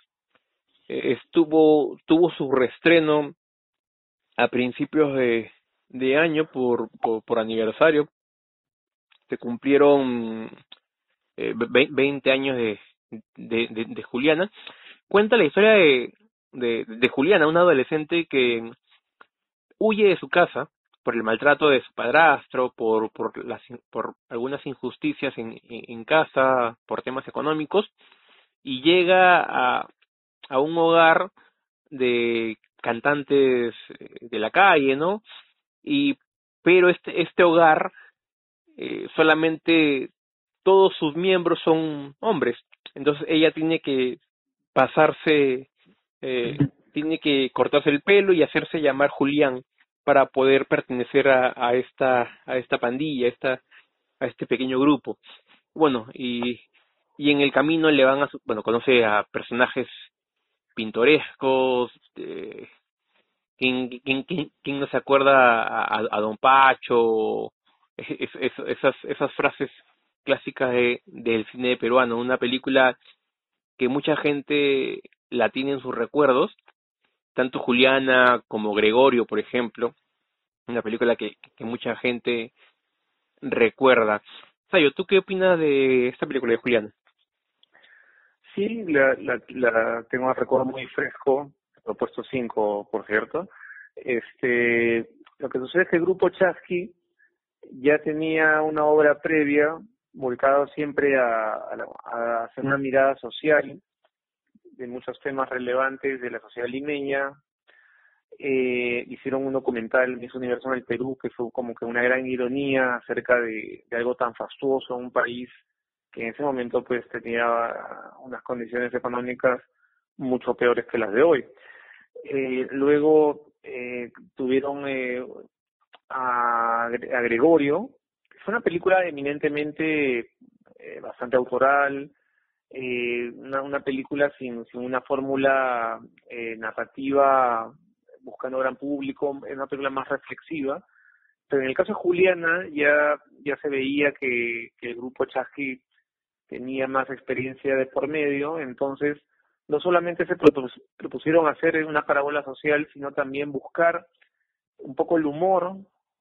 eh, estuvo, tuvo su reestreno a principios de, de año por, por, por aniversario. Se cumplieron eh, ve- veinte años de, de, de, de Juliana. Cuenta la historia de, de, de Juliana, una adolescente que huye de su casa por el maltrato de su padrastro, por, por, las, por algunas injusticias en, en, en casa, por temas económicos, y llega a, a un hogar de cantantes eh, de la calle, ¿no? Y, pero este, este hogar eh, solamente todos sus miembros son hombres, entonces ella tiene que pasarse, eh, tiene que cortarse el pelo y hacerse llamar Julián para poder pertenecer a, a esta a esta pandilla, a esta a este pequeño grupo. Bueno, y y en el camino le van a su- bueno, conoce a personajes pintorescos, eh, ¿quién, quién, quién, quién no se acuerda a, a, a Don Pacho? Es- es- esas esas frases clásicas de, del cine peruano, una película que mucha gente la tiene en sus recuerdos, tanto Juliana como Gregorio, por ejemplo, una película que, que mucha gente recuerda. Sayo, ¿tú qué opinas de esta película de Juliana? Sí, la, la, la tengo un recuerdo muy fresco, he puesto cinco, por cierto. Este, lo que sucede es que el grupo Chasqui ya tenía una obra previa volcado siempre a, a, la- a hacer una mirada social de muchos temas relevantes de la sociedad limeña. Eh, hicieron un documental, Miss Universo en el Perú, que fue como que una gran ironía acerca de, de algo tan fastuoso, un país que en ese momento pues tenía unas condiciones económicas mucho peores que las de hoy. Eh, luego eh, tuvieron eh, a, a Gregorio. Fue una película eminentemente eh, bastante autoral, eh, una, una película sin, sin una fórmula eh, narrativa buscando gran público, es una película más reflexiva. Pero en el caso de Juliana ya, ya se veía que, que el grupo Chasqui tenía más experiencia de por medio, entonces no solamente se propus- propusieron hacer una parábola social, sino también buscar un poco el humor.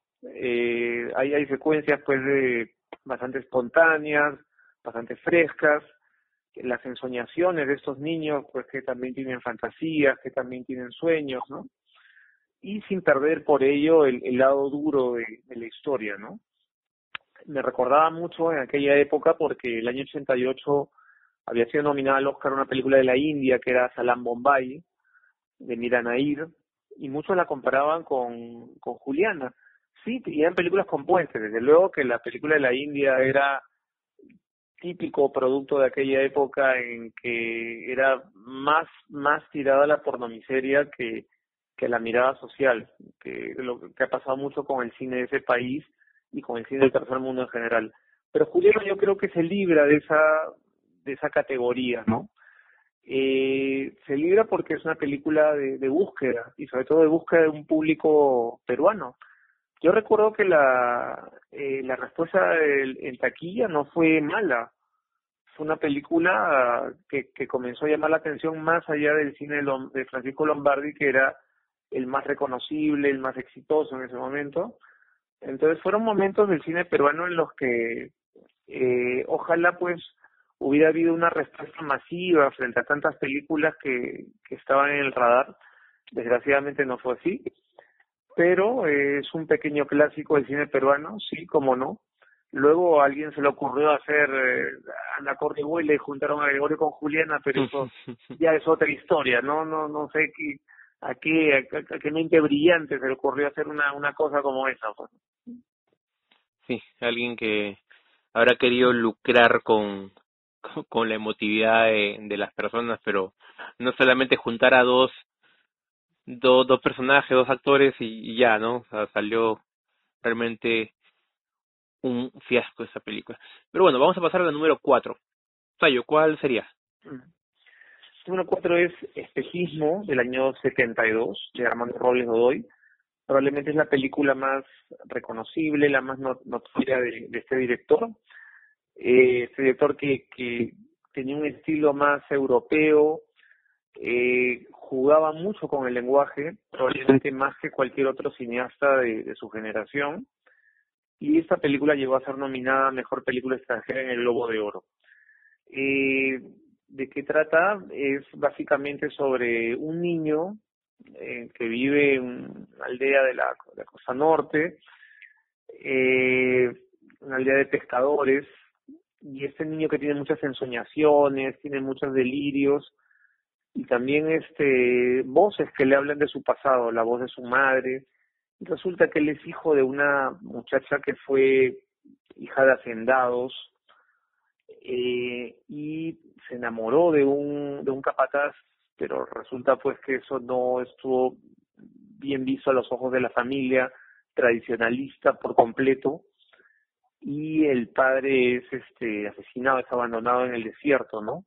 Eh, hay, hay secuencias pues de bastante espontáneas, bastante frescas, las ensoñaciones de estos niños pues que también tienen fantasías, que también tienen sueños, ¿no? Y sin perder por ello el, el lado duro de, de la historia, ¿no? Me recordaba mucho en aquella época porque el año ochenta y ocho había sido nominada al Oscar una película de la India que era Salam Bombay, de Mira Nair, y muchos la comparaban con, con Juliana. Sí, y eran películas compuestas, desde luego que la película de la India era típico producto de aquella época en que era más, más tirada a la pornomiseria que, que la mirada social, que lo que ha pasado mucho con el cine de ese país y con el cine del tercer mundo en general. Pero Juliano yo creo que se libra de esa, de esa categoría, ¿no? Eh, se libra porque es una película de, de búsqueda y sobre todo de búsqueda de un público peruano. Yo recuerdo que la, eh, la respuesta del- en taquilla no fue mala. Fue una película que, que comenzó a llamar la atención más allá del cine de, Lom- de Francisco Lombardi, que era el más reconocible, el más exitoso en ese momento. Entonces fueron momentos del cine peruano en los que eh, ojalá pues hubiera habido una respuesta masiva frente a tantas películas que, que estaban en el radar. Desgraciadamente no fue así, pero eh, es un pequeño clásico del cine peruano, sí, como no. Luego a alguien se le ocurrió hacer eh, Ana Corte y Huela y juntaron a Gregorio con Juliana, pero eso ya es otra historia, no no no sé qué, a qué a, a qué mente brillante se le ocurrió hacer una una cosa como esa, pues. Sí, alguien que habrá querido lucrar con, con, con la emotividad de, de las personas, pero no solamente juntar a dos, dos, dos personajes, dos actores y, y ya, ¿no? O sea, salió realmente un fiasco esa película. Pero bueno, vamos a pasar a la número cuatro. Sayo, ¿cuál sería? Mm. Número cuatro es Espejismo, del año setenta y dos, de Armando Robles Godoy. Probablemente es la película más reconocible, la más not- notoria de, de este director. Eh, este director que, que tenía un estilo más europeo, eh, jugaba mucho con el lenguaje, probablemente más que cualquier otro cineasta de, de su generación. Y esta película llegó a ser nominada a Mejor Película Extranjera en el Globo de Oro. Eh, ¿De qué trata? Es básicamente sobre un niño eh, que vive en una aldea de la, de la costa norte, eh, una aldea de pescadores, y este niño que tiene muchas ensoñaciones, tiene muchos delirios, y también este voces que le hablan de su pasado, la voz de su madre. Y resulta que él es hijo de una muchacha que fue hija de hacendados, eh, y se enamoró de un de un capataz, pero resulta pues que eso no estuvo bien visto a los ojos de la familia, tradicionalista por completo, y el padre es este asesinado, es abandonado en el desierto, ¿no?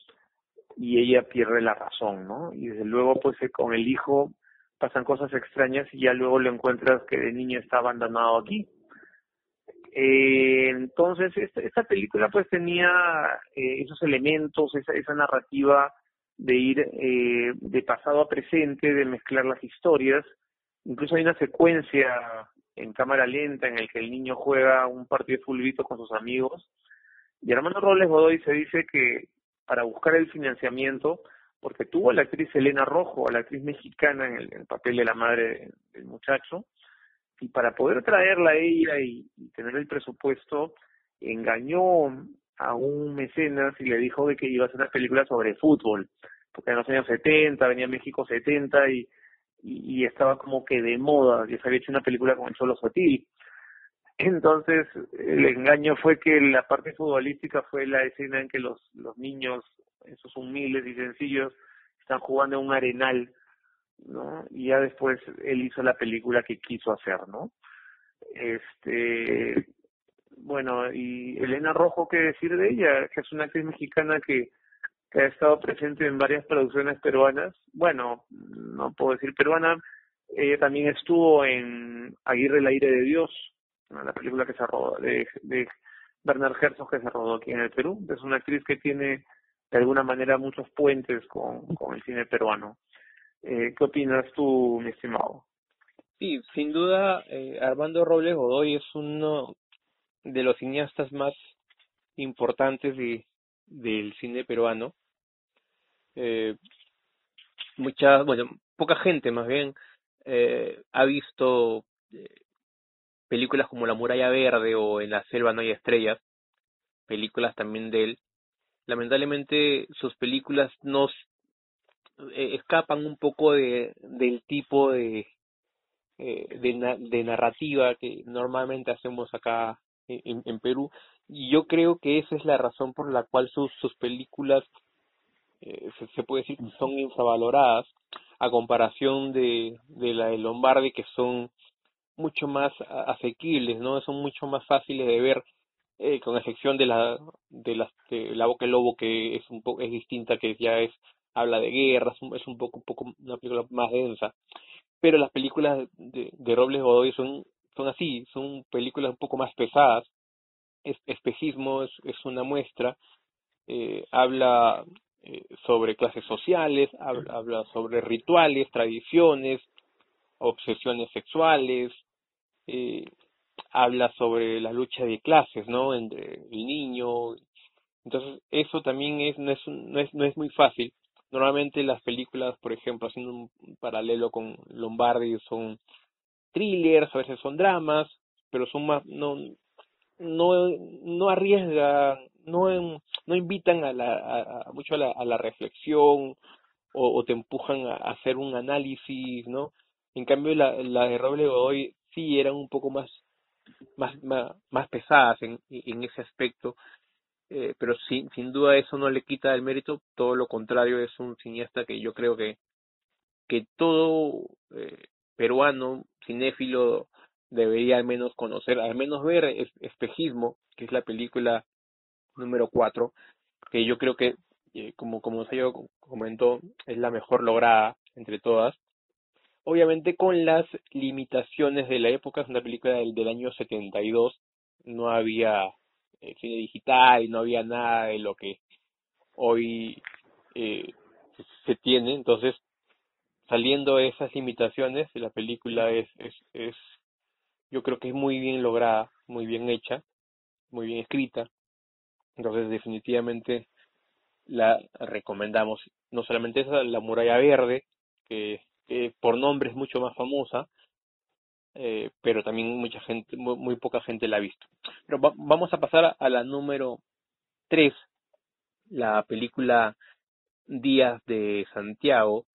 Y ella pierde la razón, ¿no? Y desde luego pues eh, con el hijo pasan cosas extrañas y ya luego lo encuentras que de niño está abandonado aquí. Eh, entonces, esta, esta película pues tenía eh, esos elementos, esa, esa narrativa de ir eh, de pasado a presente, de mezclar las historias. Incluso hay una secuencia en cámara lenta en el que el niño juega un partido de fulbito con sus amigos. Y Armando Robles Godoy se dice que para buscar el financiamiento, porque tuvo a la actriz Elena Rojo, a la actriz mexicana en el, en el papel de la madre del muchacho, y para poder traerla a ella y, y tener el presupuesto, engañó a un mecenas y le dijo de que iba a hacer una película sobre fútbol, porque en los años setenta, venía México setenta y, y, y estaba como que de moda, ya se había hecho una película con el Cholo Sotil. Entonces, el engaño fue que la parte futbolística fue la escena en que los, los niños, esos humildes y sencillos, están jugando en un arenal, ¿no? Y ya después él hizo la película que quiso hacer, ¿no? Este, bueno, y Elena Rojo, ¿qué decir de ella? Que es una actriz mexicana que, que ha estado presente en varias producciones peruanas. Bueno, no puedo decir peruana, ella también estuvo en Aguirre el aire de Dios, ¿no? La película que se rodó de, de Bernard Herzog, que se rodó aquí en el Perú. Es una actriz que tiene de alguna manera muchos puentes con, con el cine peruano. Eh, ¿Qué opinas tú, mi estimado? Sí, sin duda, eh, Armando Robles Godoy es uno de los cineastas más importantes de, del cine peruano. Eh, mucha, bueno, poca gente más bien eh, ha visto eh, películas como La Muralla Verde o En la Selva no hay estrellas, películas también de él. Lamentablemente sus películas nos eh, escapan un poco de del tipo de eh, de, na- de narrativa que normalmente hacemos acá en, en Perú, y yo creo que esa es la razón por la cual sus sus películas eh, se, se puede decir que son infravaloradas a comparación de de la de Lombardi, que son mucho más a- asequibles, ¿no? Son mucho más fáciles de ver, eh, con excepción de la de las de La Boca del Lobo, que es un poco es distinta, que ya es habla de guerra, es un, es un poco un poco una película más densa. Pero las películas de, de Robles Godoy son son así, son películas un poco más pesadas. Es, espejismo es, es una muestra, eh, habla eh, sobre clases sociales, habla, habla sobre rituales, tradiciones, obsesiones sexuales, eh, habla sobre la lucha de clases, ¿no? Entre el niño. Entonces, eso también es no es un- no es no es muy fácil. Normalmente las películas, por ejemplo, haciendo un paralelo con Lombardi, son thrillers, a veces son dramas, pero son más no no no arriesgan, no en- no invitan a la a, a- mucho a la, a la reflexión o, o te empujan a, a hacer un análisis, ¿no? En cambio la la de Roble Godoy sí eran un poco más más más, más pesadas en en ese aspecto, eh, pero sin sin duda eso no le quita el mérito, todo lo contrario, es un cineasta que yo creo que que todo eh, peruano cinéfilo debería al menos conocer, al menos ver es- Espejismo, que es la película número cuatro, que yo creo que, eh, como, como Sayo comentó, es la mejor lograda entre todas. Obviamente con las limitaciones de la época, es una película del, del año setenta y dos, no había eh, cine digital y no había nada de lo que hoy eh, se tiene, entonces saliendo de esas limitaciones, la película es, es, es, yo creo que es muy bien lograda, muy bien hecha, muy bien escrita, entonces definitivamente la recomendamos. No solamente esa, La Muralla Verde, que, que por nombre es mucho más famosa, eh, pero también mucha gente, muy, muy poca gente la ha visto. Pero va- vamos a pasar a, a la número tres, la película Días de Santiago,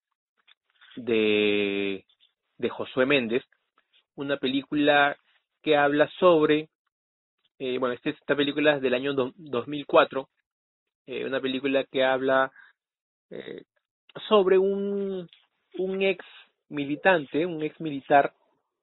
de, de Josué Méndez, una película que habla sobre, eh, bueno, este- esta película es del año do- dos mil cuatro, eh, una película que habla eh, sobre un, un ex militante, un ex militar,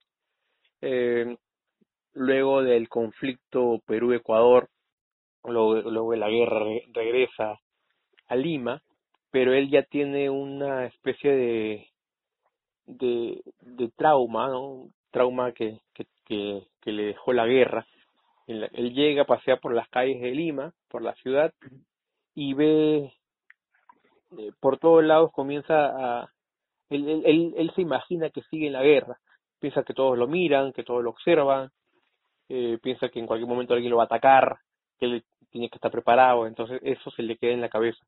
eh, luego del conflicto Perú-Ecuador, luego, luego de la guerra, re- regresa a Lima, pero él ya tiene una especie de, de, de trauma, ¿no? Un trauma que, que, que, que le dejó la guerra. Él, él llega, pasea por las calles de Lima, por la ciudad, y ve eh, por todos lados, comienza a... Él, él, él, él se imagina que sigue en la guerra, piensa que todos lo miran, que todos lo observan, eh, piensa que en cualquier momento alguien lo va a atacar, que él tiene que estar preparado, entonces eso se le queda en la cabeza.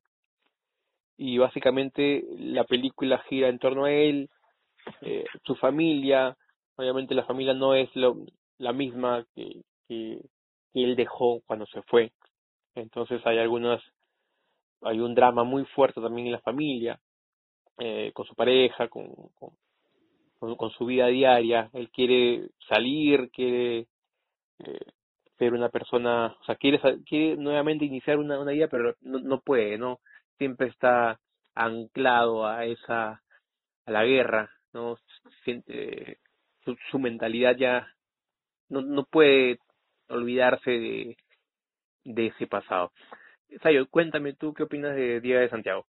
Y básicamente la película gira en torno a él, eh, su familia, obviamente la familia no es lo, la misma que, que, que él dejó cuando se fue, entonces hay algunas, hay un drama muy fuerte también en la familia, eh, con su pareja, con, con, con, con su vida diaria. Él quiere salir, quiere eh, ser una persona, o sea, quiere, sa- quiere nuevamente iniciar una, una vida, pero no, no puede, ¿no? Siempre está anclado a esa, a la guerra, ¿no? Siente, su, su mentalidad ya no, no puede olvidarse de, de ese pasado. Sayo, cuéntame tú qué opinas de Día de Santiago.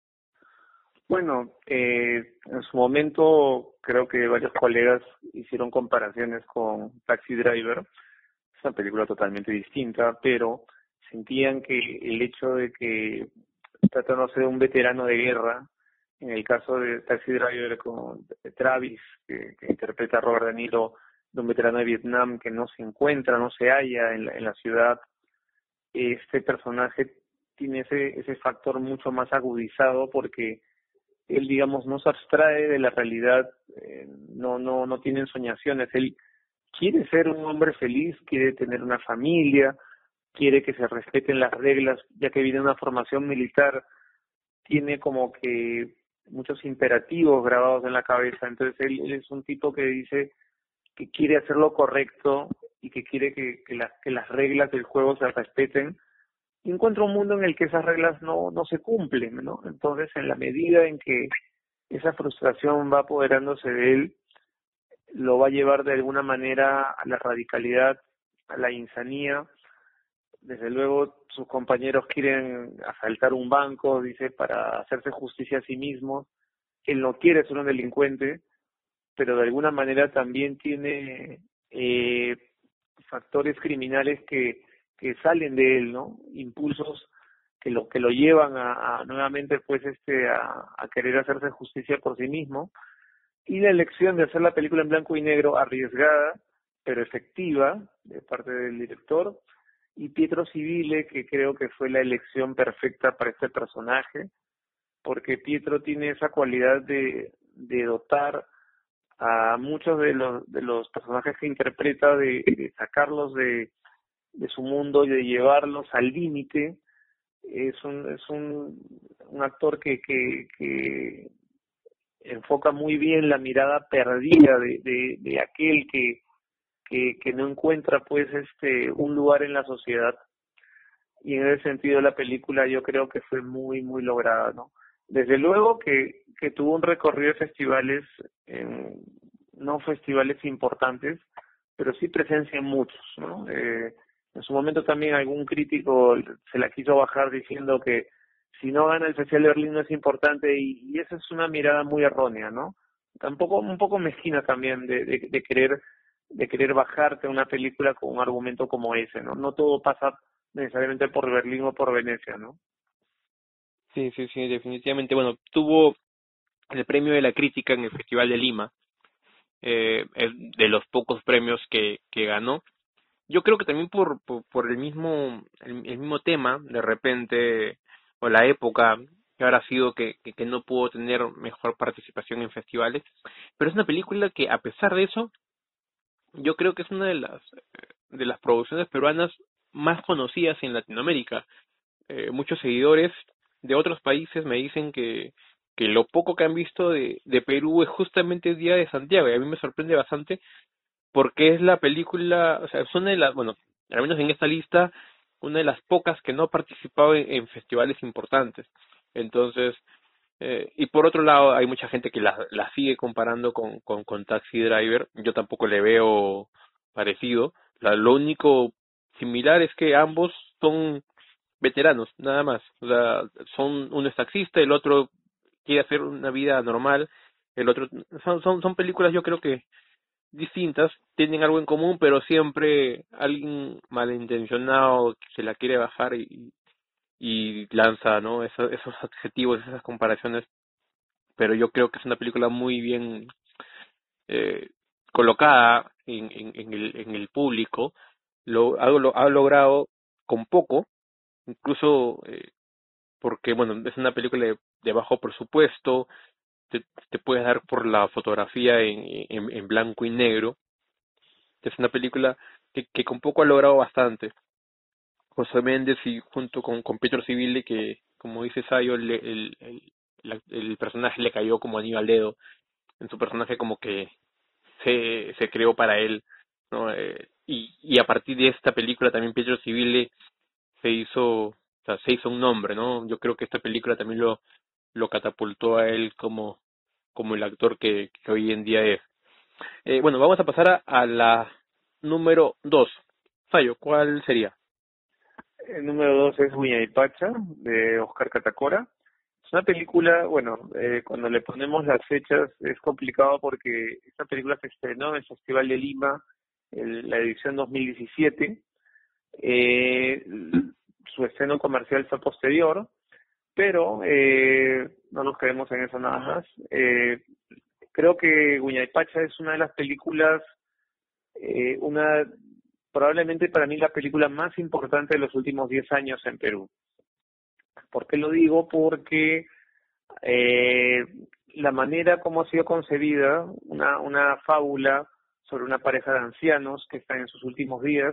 Bueno, eh, en su momento creo que varios colegas hicieron comparaciones con Taxi Driver. Es una película totalmente distinta, pero sentían que el hecho de que tratándose de un veterano de guerra, en el caso de Taxi Driver con Travis, que, que interpreta a Robert De Niro, de un veterano de Vietnam que no se encuentra, no se halla en la, en la ciudad, este personaje tiene ese, ese factor mucho más agudizado porque él, digamos, no se abstrae de la realidad, eh, no, no, no tiene ensoñaciones, él quiere ser un hombre feliz, quiere tener una familia, quiere que se respeten las reglas, ya que viene de una formación militar, tiene como que muchos imperativos grabados en la cabeza, entonces él, él es un tipo que dice que quiere hacer lo correcto y que quiere que, que, la- que las reglas del juego se respeten, y encuentra un mundo en el que esas reglas no, no se cumplen, ¿no? Entonces, en la medida en que esa frustración va apoderándose de él, lo va a llevar de alguna manera a la radicalidad, a la insanía. Desde luego, sus compañeros quieren asaltar un banco, dice, para hacerse justicia a sí mismos. Él no quiere ser un delincuente, pero de alguna manera también tiene eh, factores criminales que, que salen de él, ¿no? Impulsos que lo que lo llevan a, a nuevamente pues este a, a querer hacerse justicia por sí mismo. y la elección de hacer la película en blanco y negro arriesgada, pero efectiva, de parte del director, y Pietro Civile, que creo que fue la elección perfecta para este personaje, porque Pietro tiene esa cualidad de, de dotar a muchos de los de los personajes que interpreta de, de sacarlos de, de su mundo y de llevarlos al límite. Es un es un, un actor que, que que enfoca muy bien la mirada perdida de de, de aquel que, que que no encuentra pues este un lugar en la sociedad, y en ese sentido la película yo creo que fue muy muy lograda, ¿no? Desde luego que que tuvo un recorrido de festivales, en, no festivales importantes, pero sí presencia en muchos, ¿no? Eh, en su momento también algún crítico se la quiso bajar diciendo que si no gana el Festival de Berlín no es importante, y, y esa es una mirada muy errónea, ¿no? Tampoco un poco mezquina también de, de, de querer de querer bajarte a una película con un argumento como ese, ¿no? No todo pasa necesariamente por Berlín o por Venecia, ¿no? Sí, sí, sí, definitivamente. Bueno, tuvo el premio de la crítica en el Festival de Lima, eh, es de los pocos premios que, que ganó. Yo creo que también por, por, por el mismo el, el mismo tema, de repente, o la época que habrá sido que, que, que no pudo tener mejor participación en festivales, pero es una película que a pesar de eso, yo creo que es una de las de las producciones peruanas más conocidas en Latinoamérica. Eh, muchos seguidores de otros países me dicen que, que lo poco que han visto de, de Perú es justamente el Día de Santiago, y a mí me sorprende bastante porque es la película, o sea, es una de las, bueno, al menos en esta lista, una de las pocas que no ha participado en, en festivales importantes. Entonces, eh, y por otro lado, hay mucha gente que la, la sigue comparando con, con, con Taxi Driver. Yo tampoco le veo parecido. La, lo único similar es que ambos son veteranos, nada más. O sea, son, uno es taxista, el otro quiere hacer una vida normal, el otro, son, son, son películas yo creo que distintas, tienen algo en común, pero siempre alguien malintencionado se la quiere bajar y, y lanza, ¿no? Esos, esos adjetivos, esas comparaciones, pero yo creo que es una película muy bien eh, colocada en, en, en el, en el público, lo ha, lo ha logrado con poco, incluso eh, porque, bueno, es una película de, de bajo presupuesto, te, te puedes dar por la fotografía en, en, en blanco y negro. Es una película que, que con poco ha logrado bastante. José Méndez y junto con, con Pietro Civile, que como dice Sayo, el, el, el, la- el personaje le cayó como anillo al dedo. En su personaje como que se, se creó para él, ¿no? Eh, y, y a partir de esta película también Pietro Civile se hizo, o sea, se hizo un nombre, ¿no? Yo creo que esta película también lo, lo catapultó a él como, como el actor que, que hoy en día es. Eh, bueno, vamos a pasar a, a la número dos. Sayo, ¿cuál sería? El número dos es Huayna de Oscar Catacora. Es una película, bueno, eh, cuando le ponemos las fechas es complicado porque esta película se estrenó en el Festival de Lima, en la edición dos mil diecisiete. Eh, su estreno comercial fue posterior, pero eh, no nos quedemos en eso nada más. Eh, creo que Huayna es una de las películas, eh, una probablemente para mí la película más importante de los últimos diez años en Perú. ¿Por qué lo digo? Porque eh, la manera como ha sido concebida, una, una fábula sobre una pareja de ancianos que están en sus últimos días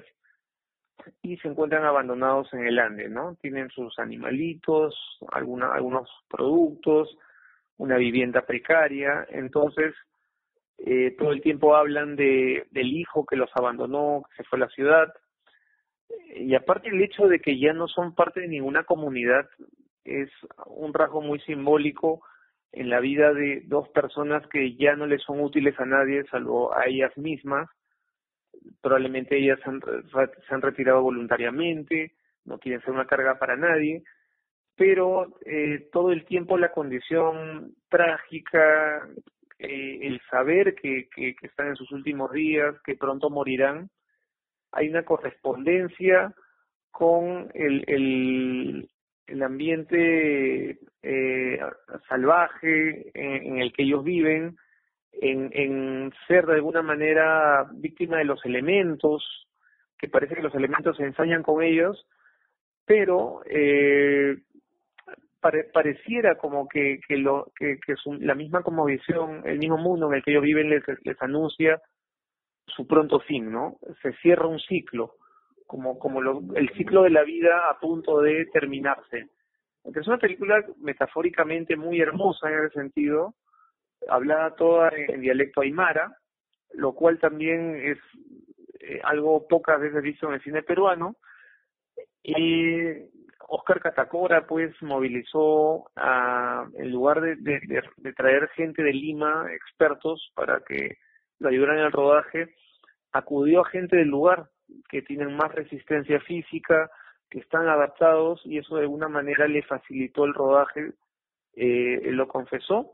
y se encuentran abandonados en el Ande, ¿no? Tienen sus animalitos, alguna, algunos productos, una vivienda precaria, entonces eh, todo el tiempo hablan de del hijo que los abandonó, que se fue a la ciudad, y aparte el hecho de que ya no son parte de ninguna comunidad es un rasgo muy simbólico en la vida de dos personas que ya no les son útiles a nadie salvo a ellas mismas. Probablemente ellas se han, se han retirado voluntariamente, no quieren ser una carga para nadie, pero eh, todo el tiempo la condición trágica, eh, el saber que, que, que están en sus últimos días, que pronto morirán, hay una correspondencia con el, el, el ambiente eh, salvaje en, en el que ellos viven, en, en ser de alguna manera víctima de los elementos, que parece que los elementos se ensañan con ellos, pero eh, pare, pareciera como que que lo que, que su, la misma como visión, el mismo mundo en el que ellos viven les, les anuncia su pronto fin, ¿no? Se cierra un ciclo, como como lo, el ciclo de la vida a punto de terminarse. Entonces es una película metafóricamente muy hermosa en ese sentido, hablada toda en, en dialecto aymara, lo cual también es eh, algo pocas veces visto en el cine peruano. Y Oscar Catacora pues movilizó a, en lugar de, de, de, de traer gente de Lima, expertos, para que lo ayudaran en el rodaje, acudió a gente del lugar que tienen más resistencia física, que están adaptados, y eso de alguna manera le facilitó el rodaje. Eh, él lo confesó.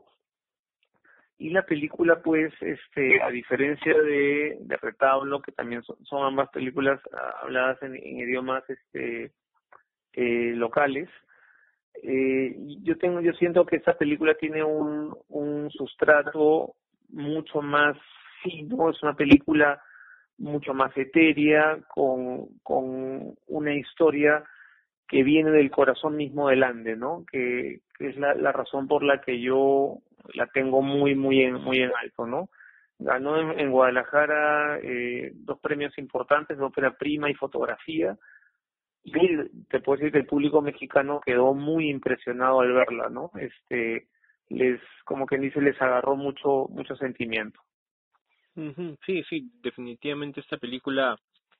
Y la película, pues, este, a diferencia de, de Retablo, que también son, son ambas películas ah, habladas en, en idiomas este eh, locales, eh, yo tengo, yo siento que esta película tiene un, un sustrato mucho más fino, es una película mucho más etérea, con, con una historia que viene del corazón mismo del Ande, ¿no? Que, que es la, la razón por la que yo la tengo muy, muy en, muy en alto, ¿no? Ganó en, en Guadalajara eh, dos premios importantes de ópera prima y fotografía, y te puedo decir que el público mexicano quedó muy impresionado al verla, ¿no? Este, les, como quien dice, les agarró mucho, mucho sentimiento. Uh-huh. Sí, sí, definitivamente esta película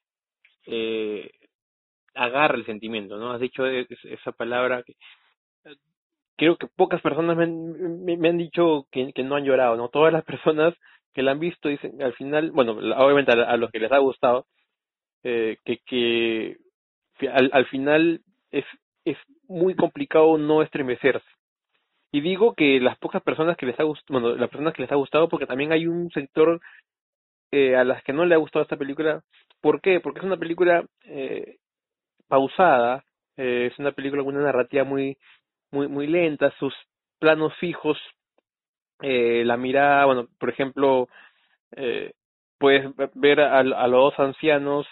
eh, agarra el sentimiento, ¿no? Has dicho es, esa palabra que eh, creo que pocas personas me, me, me han dicho que, que no han llorado, ¿no? Todas las personas que la han visto dicen al final, bueno, obviamente a, a los que les ha gustado, eh, que, que al, al final es, es muy complicado no estremecerse. Y digo que las pocas personas que les ha gustado, bueno, las personas que les ha gustado, porque también hay un sector eh, a las que no le ha gustado esta película. ¿Por qué? Porque es una película eh, pausada, eh, es una película con una narrativa muy, muy, muy lenta, sus planos fijos, eh, la mirada, bueno, por ejemplo, eh, puedes ver a, a los dos ancianos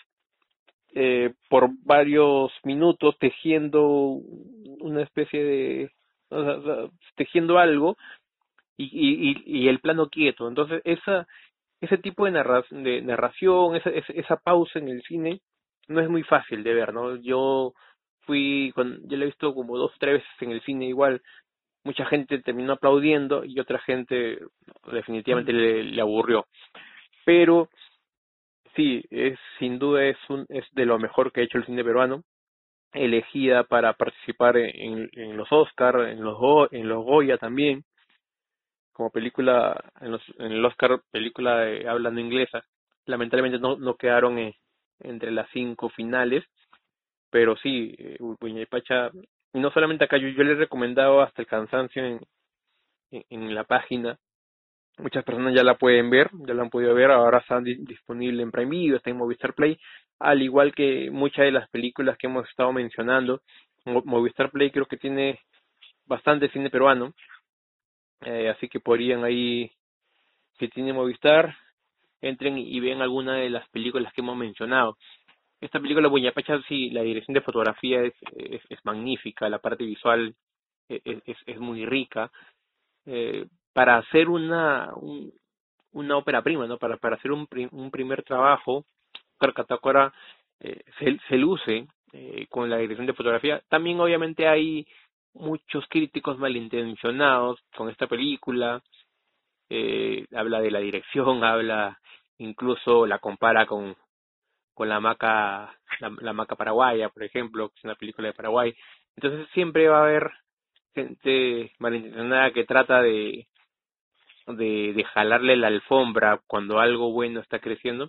eh, por varios minutos tejiendo una especie de, o sea, o sea, tejiendo algo y, y, y el plano quieto. Entonces, esa ese tipo de, narra de narración, esa, esa, esa pausa en el cine, no es muy fácil de ver, ¿no? Yo fui, con, yo la he visto como dos o tres veces en el cine igual, mucha gente terminó aplaudiendo y otra gente definitivamente le, le aburrió. Pero sí, es sin duda es un es de lo mejor que ha hecho el cine peruano, elegida para participar en, en los Oscar, en los Go, en los Goya también, como película en, los, en el Oscar película de hablando inglesa. Lamentablemente no, no quedaron eh, entre las cinco finales, pero sí, eh, Pacha, y no solamente acá, yo, yo le he recomendado hasta el cansancio en, en, en la página. Muchas personas ya la pueden ver, ya la han podido ver, ahora está di disponible en Prime Video, está en Movistar Play, al igual que muchas de las películas que hemos estado mencionando. Mo Movistar Play creo que tiene bastante cine peruano, eh, así que podrían ahí, si tienen Movistar, entren y ven alguna de las películas que hemos mencionado. Esta película, Buñapacha, sí, la dirección de fotografía es, es, es magnífica, la parte visual es, es, es muy rica. Eh, para hacer una un, una ópera prima, ¿no? Para, para hacer un, un primer trabajo, Carcatacora eh, se, se luce eh, con la dirección de fotografía. También obviamente hay muchos críticos malintencionados con esta película, eh, habla de la dirección, habla, incluso la compara con, con la maca, la, la maca paraguaya, por ejemplo, que es una película de Paraguay. Entonces siempre va a haber gente malintencionada que trata de, de, de jalarle la alfombra cuando algo bueno está creciendo.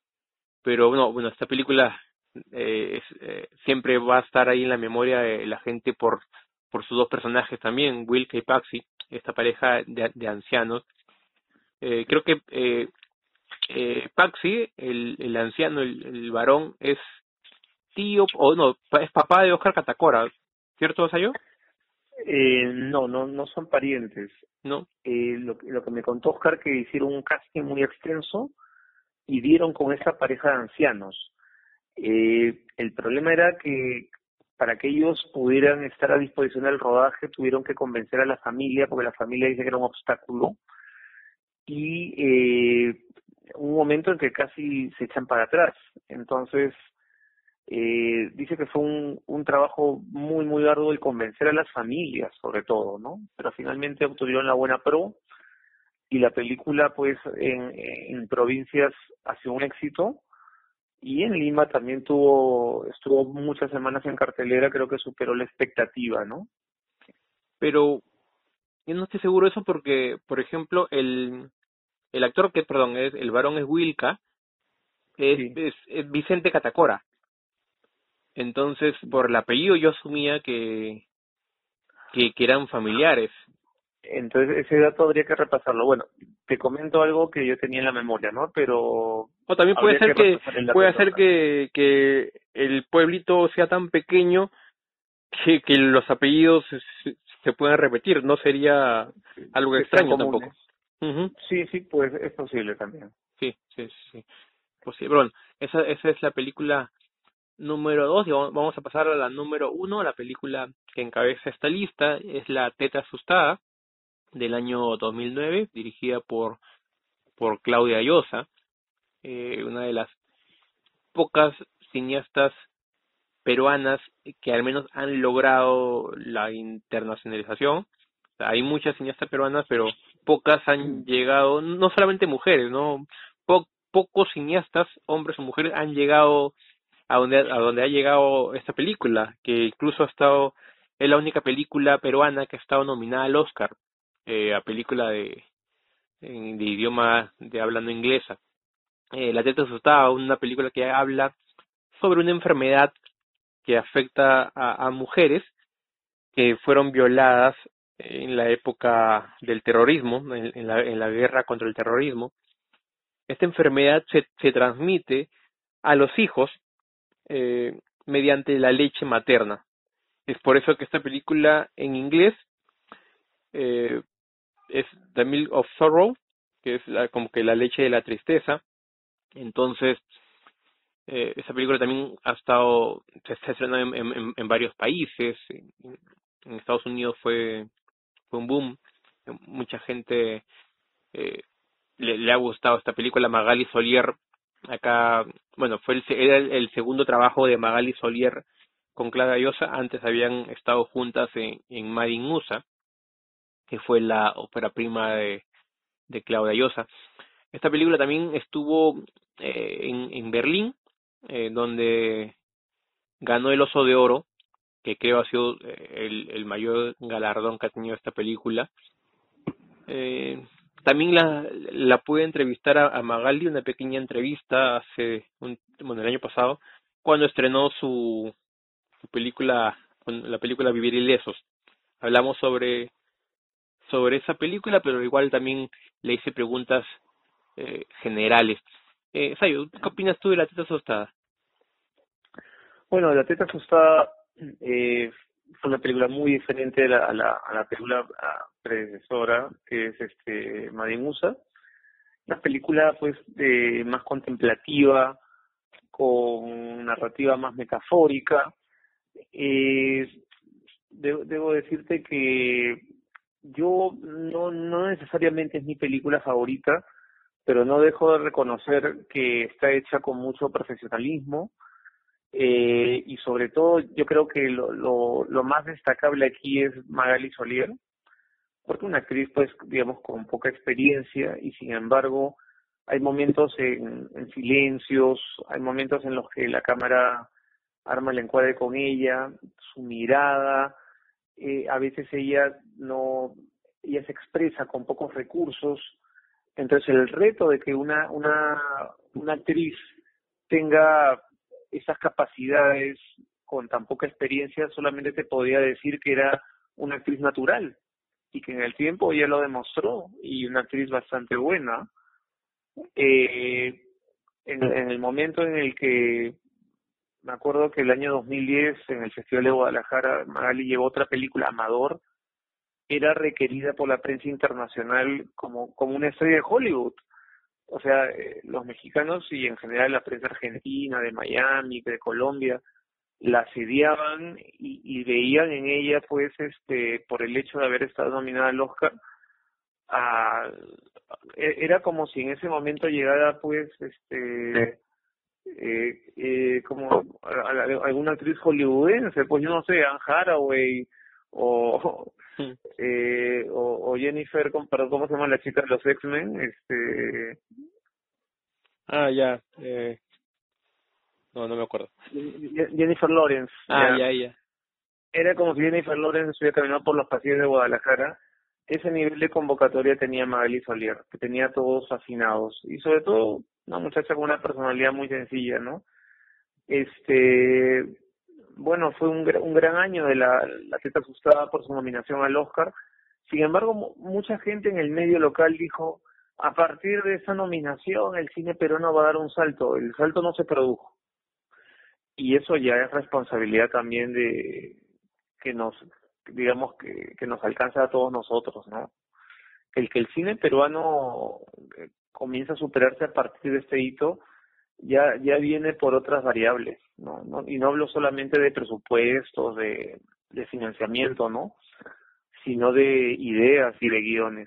Pero no, bueno, esta película eh, es, eh, siempre va a estar ahí en la memoria de la gente por, por sus dos personajes también, Wilke y Paxi, esta pareja de, de ancianos. Eh, creo que eh, eh, Paxi, el, el anciano, el, el varón, es tío, o no, es papá de Oscar Catacora, ¿cierto, Sayo? Eh, no, no, no son parientes. ¿No? Eh, lo, que- lo que me contó Oscar que hicieron un casting muy extenso y dieron con esa pareja de ancianos. Eh, el problema era que para que ellos pudieran estar a disposición del rodaje tuvieron que convencer a la familia, porque la familia dice que era un obstáculo, y eh, un momento en que casi se echan para atrás. Entonces, eh, dice que fue un, un trabajo muy, muy arduo el convencer a las familias, sobre todo, ¿no? Pero finalmente obtuvieron la buena pro y la película, pues, en, en provincias ha sido un éxito y en Lima también tuvo, estuvo muchas semanas en cartelera, creo que superó la expectativa, ¿no? Pero yo no estoy seguro de eso porque, por ejemplo, el, el actor que, perdón, es el varón es Wilka, es, Sí. es, es Vicente Catacora. Entonces, por el apellido yo asumía que, que, que eran familiares. Entonces, ese dato habría que repasarlo. Bueno, te comento algo que yo tenía en la memoria, ¿no? Pero O también puede habría ser que que, repasar el dato puede en todo ser caso. que, que el pueblito sea tan pequeño que, que los apellidos se, se puedan repetir. No sería algo Que sean extraño tampoco. comunes. Ujú. Sí, sí, pues es posible también. Sí, sí, sí. Pues sí, bueno, esa, esa es la película número dos, y vamos vamos a pasar a la número uno. La película que encabeza esta lista es La Teta Asustada, del año dos mil nueve, dirigida por, por Claudia Llosa, eh, una de las pocas cineastas peruanas que al menos han logrado la internacionalización. O sea, hay muchas cineastas peruanas, pero pocas han llegado, no solamente mujeres, ¿no? Po- pocos cineastas, hombres o mujeres, han llegado a donde, a donde ha llegado esta película, que incluso ha estado, es la única película peruana que ha estado nominada al Oscar, eh, a película de, en- de idioma de habla no inglesa. Eh, La Teta Asustada, una película que habla sobre una enfermedad que afecta a, a mujeres que fueron violadas en la época del terrorismo, en, en la, en la guerra contra el terrorismo. Esta enfermedad se, se transmite a los hijos eh, mediante la leche materna. Es por eso que esta película en inglés eh, es The Milk of Sorrow, que es la, como que la leche de la tristeza. Entonces, eh, esa película también ha estado, se, se estrenó en, en, en varios países. En, en Estados Unidos fue, fue un boom. Mucha gente eh, le, le ha gustado esta película. Magali Solier, acá, bueno, fue el, era el, el segundo trabajo de Magali Solier con Clara Llosa. Antes habían estado juntas en, en Madin Musa, que fue la ópera prima de, de Claudia Llosa. Esta película también estuvo eh, en, en Berlín, eh, donde ganó el Oso de Oro, que creo ha sido eh, el, el mayor galardón que ha tenido esta película. Eh, también la, la pude entrevistar a, a Magali, una pequeña entrevista hace, un, bueno, el año pasado, cuando estrenó su, su película, la película Vivir Ilesos. Hablamos sobre sobre esa película, pero igual también le hice preguntas eh, generales. Eh, Sayo, ¿qué opinas tú de La Teta Asustada? Bueno, La Teta Asustada eh, fue una película muy diferente a la, a la, a la película ah, predecesora, que es este Madin Musa. Una película pues de, más contemplativa, con narrativa más metafórica. Eh, de- debo decirte que yo no, no necesariamente es mi película favorita, pero no dejo de reconocer que está hecha con mucho profesionalismo, eh, y sobre todo yo creo que lo, lo, lo más destacable aquí es Magali Solier, porque una actriz pues digamos con poca experiencia y sin embargo hay momentos en, en silencios, hay momentos en los que la cámara arma el encuadre con ella, su mirada, eh, a veces ella no, ella se expresa con pocos recursos, entonces el reto de que una, una, una actriz tenga esas capacidades con tan poca experiencia solamente te podía decir que era una actriz natural y que en el tiempo ella lo demostró y una actriz bastante buena. Eh, en, en el momento en el que me acuerdo que el año dos mil diez en el Festival de Guadalajara Magali llevó otra película, Amador, era requerida por la prensa internacional como, como una estrella de Hollywood. O sea, eh, los mexicanos y en general la prensa argentina, de Miami, de Colombia, la asediaban y, y veían en ella, pues, este, por el hecho de haber estado nominada al Oscar, a, era como si en ese momento llegara, pues, este, eh, eh, como a, a, a alguna actriz hollywoodense, pues yo no sé, Anne Hathaway o Mm. eh, o, o Jennifer, con- perdón, ¿cómo se llama la chica de los X-Men? Este, Ah, ya. Eh, no, no me acuerdo. Je- Jennifer Lawrence, Ah, ya. ya, ya. Era como si Jennifer Lawrence estuviera caminando por los pasillos de Guadalajara. Ese nivel de convocatoria tenía Magali Solier, que tenía a todos fascinados. Y sobre todo, una muchacha con una personalidad muy sencilla, ¿no? Este, bueno, fue un, gra- un gran año de la, la teta asustada por su nominación al Oscar. Sin embargo, mu- mucha gente en el medio local dijo, a partir de esa nominación el cine peruano va a dar un salto. El salto no se produjo. Y eso ya es responsabilidad también de que nos, digamos, que, que nos alcanza a todos nosotros, ¿no? El que el cine peruano eh, comienza a superarse a partir de este hito ya ya viene por otras variables, ¿no? no y no hablo solamente de presupuestos, de, de financiamiento, ¿no? Sino de ideas y de guiones.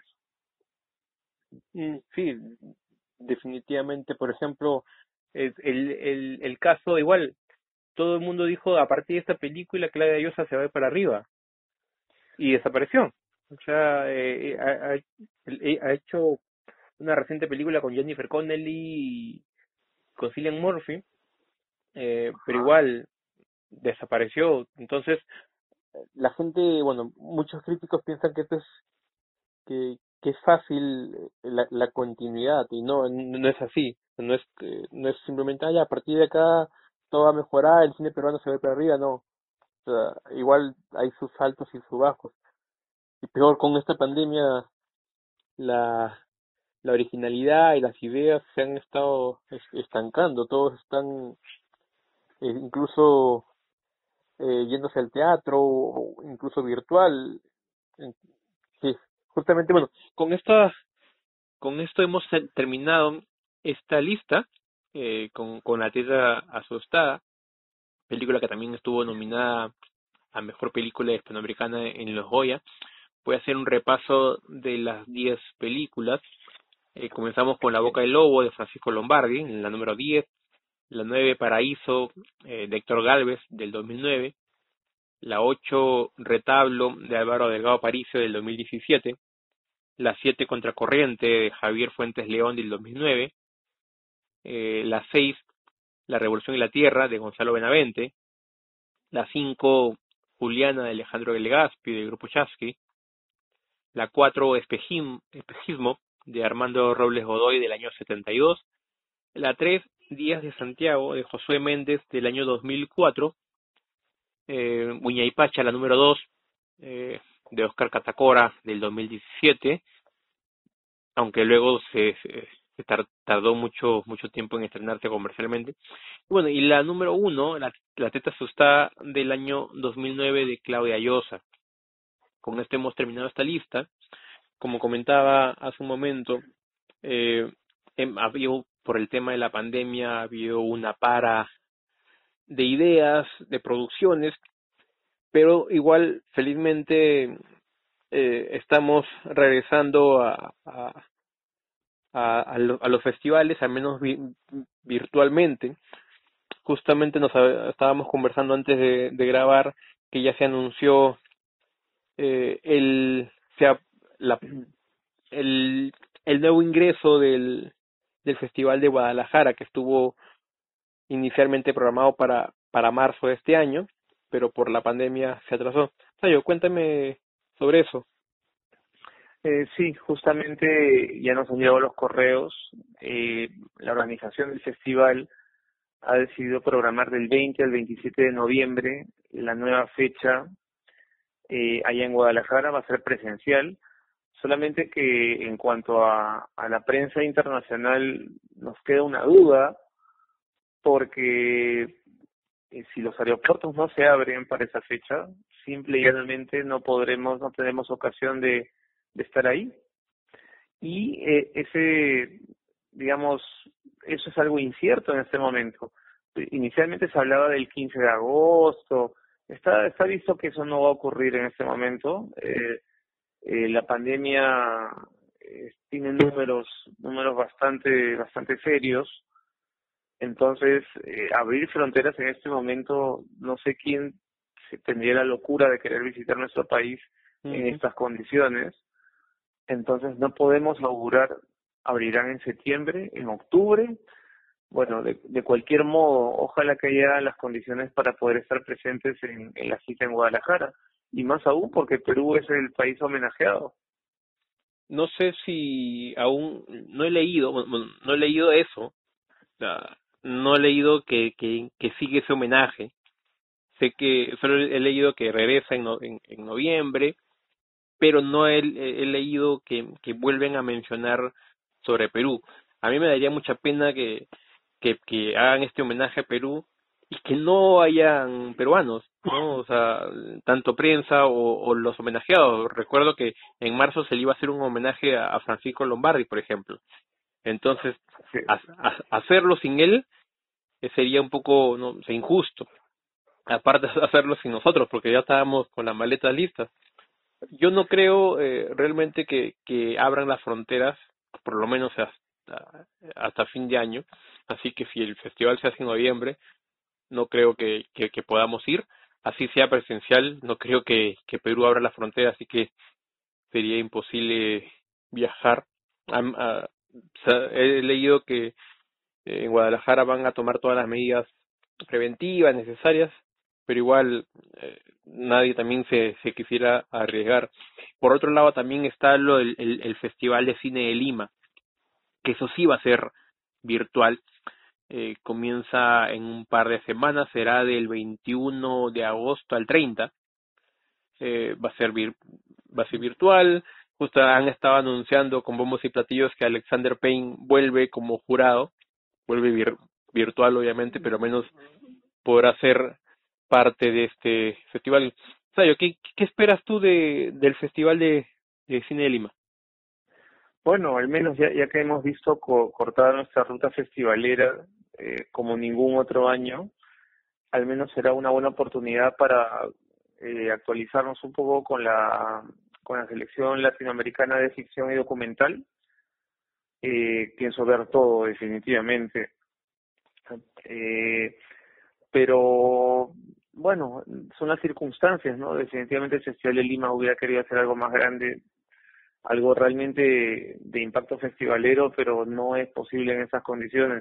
Mm, sí, definitivamente. Por ejemplo, es el, el, el caso, igual, todo el mundo dijo a partir de esta película Claudia Llosa se va a ir para arriba y desapareció. O sea, eh, eh, ha, ha, eh, ha hecho una reciente película con Jennifer Connelly y con Cillian Murphy, eh, pero igual desapareció. Entonces, la gente, bueno, muchos críticos piensan que esto es que, que es fácil la, la continuidad y no, no es así. No es que- no es simplemente, ah, ya, a partir de acá todo va a mejorar, el cine peruano se ve para arriba, no. O sea, igual hay sus altos y sus bajos. Y peor con esta pandemia, la, la originalidad y las ideas se han estado es- estancando, todos están eh, incluso eh, yéndose al teatro o incluso virtual. En- Sí, justamente, bueno, con esta, con esto hemos ter- terminado esta lista eh, con, con La Tierra Asustada, película que también estuvo nominada a Mejor Película Hispanoamericana en los Goya. Voy a hacer un repaso de las diez películas. Eh, comenzamos con La Boca del Lobo de Francisco Lombardi, en la número diez. La nueve, Paraíso, eh, de Héctor Gálvez, del dos mil nueve. La ocho, Retablo, de Álvaro Delgado Aparicio, del dos mil diecisiete. La siete, Contracorriente, de Javier Fuentes León, del dos mil nueve. Eh, la seis, La Revolución y la Tierra, de Gonzalo Benavente. La cinco, Juliana, de Alejandro Legazpi, del Grupo Chasqui. La cuatro, Espejim, Espejismo, de Armando Robles Godoy, del año setenta y dos. La tres, Días de Santiago, de Josué Méndez, del año dos mil cuatro. Eh, Uña y Pacha, la número dos, eh, de Oscar Catacora, del dos mil diecisiete, aunque luego se, se, se tar- tardó mucho mucho tiempo en estrenarse comercialmente. Y bueno, y la número uno, La, la Teta Asustada, del año dos mil nueve, de Claudia Llosa. Con esto hemos terminado esta lista. Como comentaba hace un momento, eh, em, ha habido, por el tema de la pandemia, ha habido una para de ideas, de producciones, pero igual, felizmente, eh, estamos regresando a, a, a, a, lo- a los festivales, al menos vi- virtualmente. Justamente nos ha- estábamos conversando antes de, de grabar que ya se anunció eh, el, sea, la, el, el nuevo ingreso del, del Festival de Guadalajara, que estuvo inicialmente programado para, para marzo de este año, pero por la pandemia se atrasó. Sayo, cuéntame sobre eso. Eh, sí, justamente ya nos han llegado los correos. Eh, la organización del festival ha decidido programar del veinte al veintisiete de noviembre la nueva fecha eh, allá en Guadalajara. Va a ser presencial, solamente que en cuanto a, a la prensa internacional nos queda una duda porque eh, si los aeropuertos no se abren para esa fecha, simple y llanamente no podremos, no tenemos ocasión de, de estar ahí. Y eh, ese, digamos, eso es algo incierto en este momento. Inicialmente se hablaba del quince de agosto, está, está visto que eso no va a ocurrir en este momento. Eh, eh, la pandemia eh, tiene números, números bastante, bastante serios. Entonces, eh, abrir fronteras en este momento, no sé quién se tendría la locura de querer visitar nuestro país en Ujú. estas condiciones. Entonces, no podemos augurar, abrirán en septiembre, en octubre. Bueno, de, de cualquier modo, ojalá que haya las condiciones para poder estar presentes en, en la cita en Guadalajara. Y más aún porque Perú es el país homenajeado. No sé si aún, no he leído, bueno, no he leído eso, o sea, no he leído que, que, que sigue ese homenaje. Sé que solo he leído que regresa en, no- en, en noviembre, pero no he, he leído que, que vuelven a mencionar sobre Perú. A mí me daría mucha pena que, que, que hagan este homenaje a Perú y que no hayan peruanos, ¿no? O sea, tanto prensa o, o los homenajeados. Recuerdo que en marzo se le iba a hacer un homenaje a, a Francisco Lombardi, por ejemplo. Entonces, Sí. ha- ha- hacerlo sin él eh, sería un poco, no sé, injusto. Aparte de hacerlo sin nosotros, porque ya estábamos con las maletas listas. Yo no creo eh, realmente que, que abran las fronteras, por lo menos hasta, hasta fin de año. Así que si el festival se hace en noviembre, no creo que, que, que podamos ir. Así sea presencial, no creo que, que Perú abra las fronteras, así que sería imposible viajar. Am- a- o sea, he leído que en Guadalajara van a tomar todas las medidas preventivas necesarias, pero igual eh, nadie también se, se quisiera arriesgar. Por otro lado, también está lo del el, el Festival de Cine de Lima, que eso sí va a ser virtual. Eh, comienza en un par de semanas, será del veintiuno de agosto al treinta. Eh, va a ser vir- va a ser virtual. Justo han estado anunciando con bombos y platillos que Alexander Payne vuelve como jurado, vuelve vir- virtual obviamente, pero menos podrá ser parte de este festival. Sayo, ¿qué, qué esperas tú de, del Festival de, de Cine de Lima? Bueno, al menos ya, ya que hemos visto co- cortada nuestra ruta festivalera eh, como ningún otro año, al menos será una buena oportunidad para eh, actualizarnos un poco con la con la selección latinoamericana de ficción y documental. Eh, pienso ver todo definitivamente. Eh, pero bueno, son las circunstancias, ¿no? Definitivamente el Festival de Lima hubiera querido hacer algo más grande, algo realmente de impacto festivalero, pero no es posible en esas condiciones.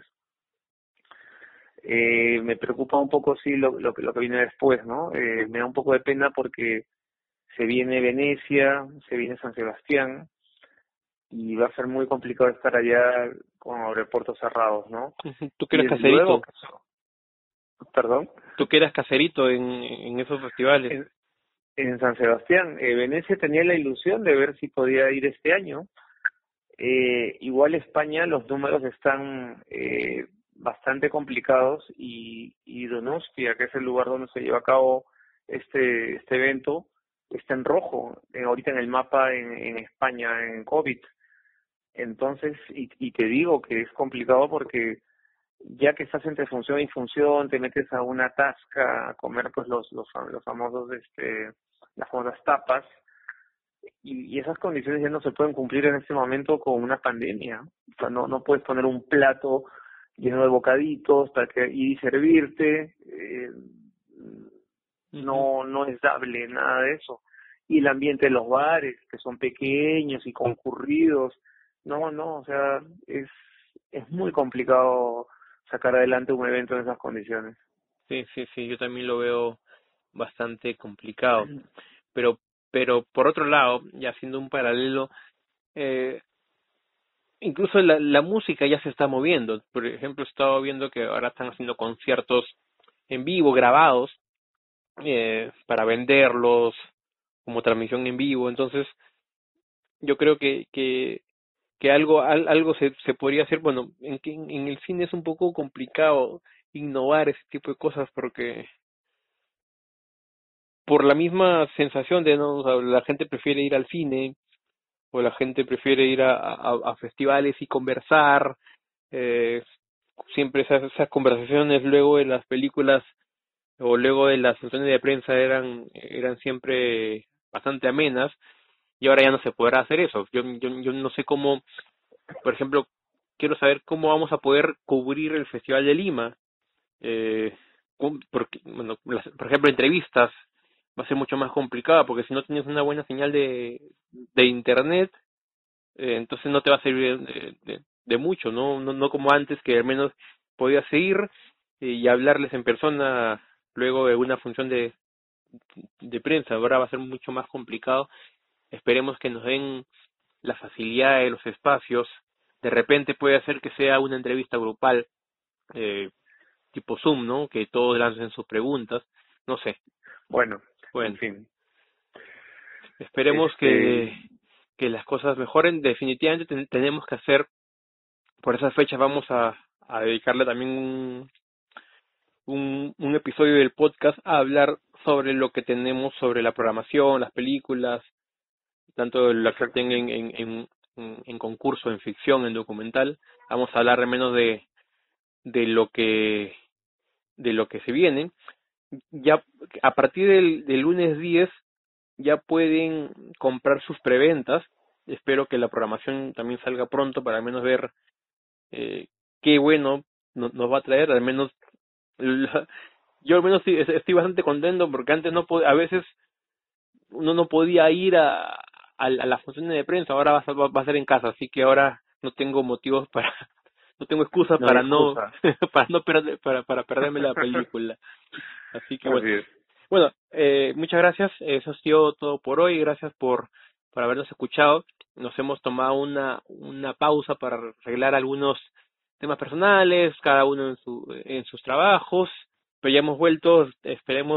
Eh, me preocupa un poco, sí, lo, lo, que- lo que viene después, ¿no? Eh, me da un poco de pena porque se viene Venecia, se viene San Sebastián, y va a ser muy complicado estar allá con aeropuertos cerrados, ¿no? Ujú. Tú que Y eras desde luego, caserito, perdón, tú que eras caserito en, en esos festivales. en, en San Sebastián, eh, Venecia tenía la ilusión de ver si podía ir este año. Eh, igual España, los números están eh, bastante complicados y, y Donostia, que es el lugar donde se lleva a cabo este este evento, está en rojo, eh, ahorita en el mapa en, en España, en COVID. Entonces, y, y te digo que es complicado porque ya que estás entre función y función, te metes a una tasca a comer pues los los, los famosos, este las famosas tapas, y, y esas condiciones ya no se pueden cumplir en este momento con una pandemia. O sea, no, no puedes poner un plato lleno de bocaditos para que y servirte, eh, Ujú. no, no es dable nada de eso. Y el ambiente de los bares, que son pequeños y concurridos, no, no, o sea, es, es muy complicado sacar adelante un evento en esas condiciones. Sí, sí, sí, yo también lo veo bastante complicado. Pero, pero por otro lado, ya haciendo un paralelo, eh, incluso la, la música ya se está moviendo. Por ejemplo, he estado viendo que ahora están haciendo conciertos en vivo, grabados, eh, para venderlos como transmisión en vivo. Entonces, yo creo que, que, que algo, al- algo se, se podría hacer. Bueno, en, que en el cine es un poco complicado innovar ese tipo de cosas porque por la misma sensación de no, o sea, la gente prefiere ir al cine o la gente prefiere ir a, a, a festivales y conversar, eh, siempre esas, esas conversaciones luego de las películas o luego de las sesiones de prensa eran eran siempre bastante amenas y ahora ya no se podrá hacer eso. Yo, yo, yo no sé cómo, por ejemplo, quiero saber cómo vamos a poder cubrir el Festival de Lima. Eh, com- porque, bueno, las- por ejemplo, entrevistas va a ser mucho más complicado porque si no tienes una buena señal de, de internet, eh, entonces no te va a servir de, de, de mucho, ¿no? ¿no? No como antes que al menos podías ir y hablarles en persona luego de una función de, de prensa. Ahora va a ser mucho más complicado. Esperemos que nos den la facilidad de los espacios. De repente puede hacer que sea una entrevista grupal, eh, tipo Zoom, ¿no? Que todos lancen sus preguntas. No sé. Bueno, en Bueno, fin. esperemos Este, que, que las cosas mejoren. Definitivamente ten- tenemos que hacer, por esas fechas vamos a, a dedicarle también un, un, un episodio del podcast a hablar sobre lo que tenemos sobre la programación, las películas, tanto las que estén exacto. en, en, en, en en concurso, en ficción, en documental. Vamos a hablar menos de, de lo que de lo que se viene. Ya a partir del, del lunes diez ya pueden comprar sus preventas. Espero que la programación también salga pronto para al menos ver eh, qué bueno no- nos va a traer. Al menos la- yo al menos sí, es- estoy bastante contento porque antes no pod- a veces uno no podía ir a, a, a las funciones de prensa, ahora va a, ser- va a ser en casa, así que ahora no tengo motivos para, no tengo excusas No hay para no, excusa. para no perder, para, para perderme la película. Así que bueno, Así es. bueno, eh, muchas gracias, eso ha sido todo por hoy, gracias por, por habernos escuchado. Nos hemos tomado una, una pausa para arreglar algunos temas personales, cada uno en su, en sus trabajos, pero ya hemos vuelto, esperemos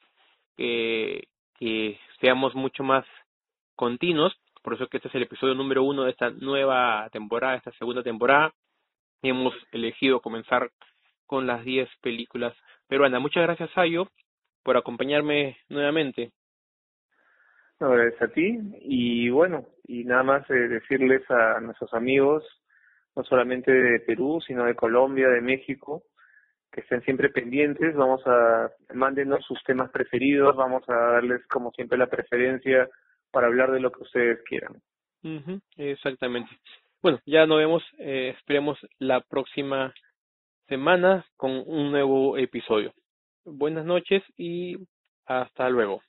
que, que seamos mucho más continuos. Por eso que este es el episodio número uno de esta nueva temporada, esta segunda temporada. Y hemos elegido comenzar con las diez películas peruanas. Muchas gracias, Ayo, por acompañarme nuevamente. No, gracias a ti. Y bueno, y nada más eh, decirles a nuestros amigos, no solamente de Perú, sino de Colombia, de México, que estén siempre pendientes. Vamos a, mándenos sus temas preferidos, vamos a darles como siempre la preferencia para hablar de lo que ustedes quieran. Ujú, exactamente. Bueno, ya nos vemos, eh, esperemos la próxima semana con un nuevo episodio. Buenas noches y hasta luego.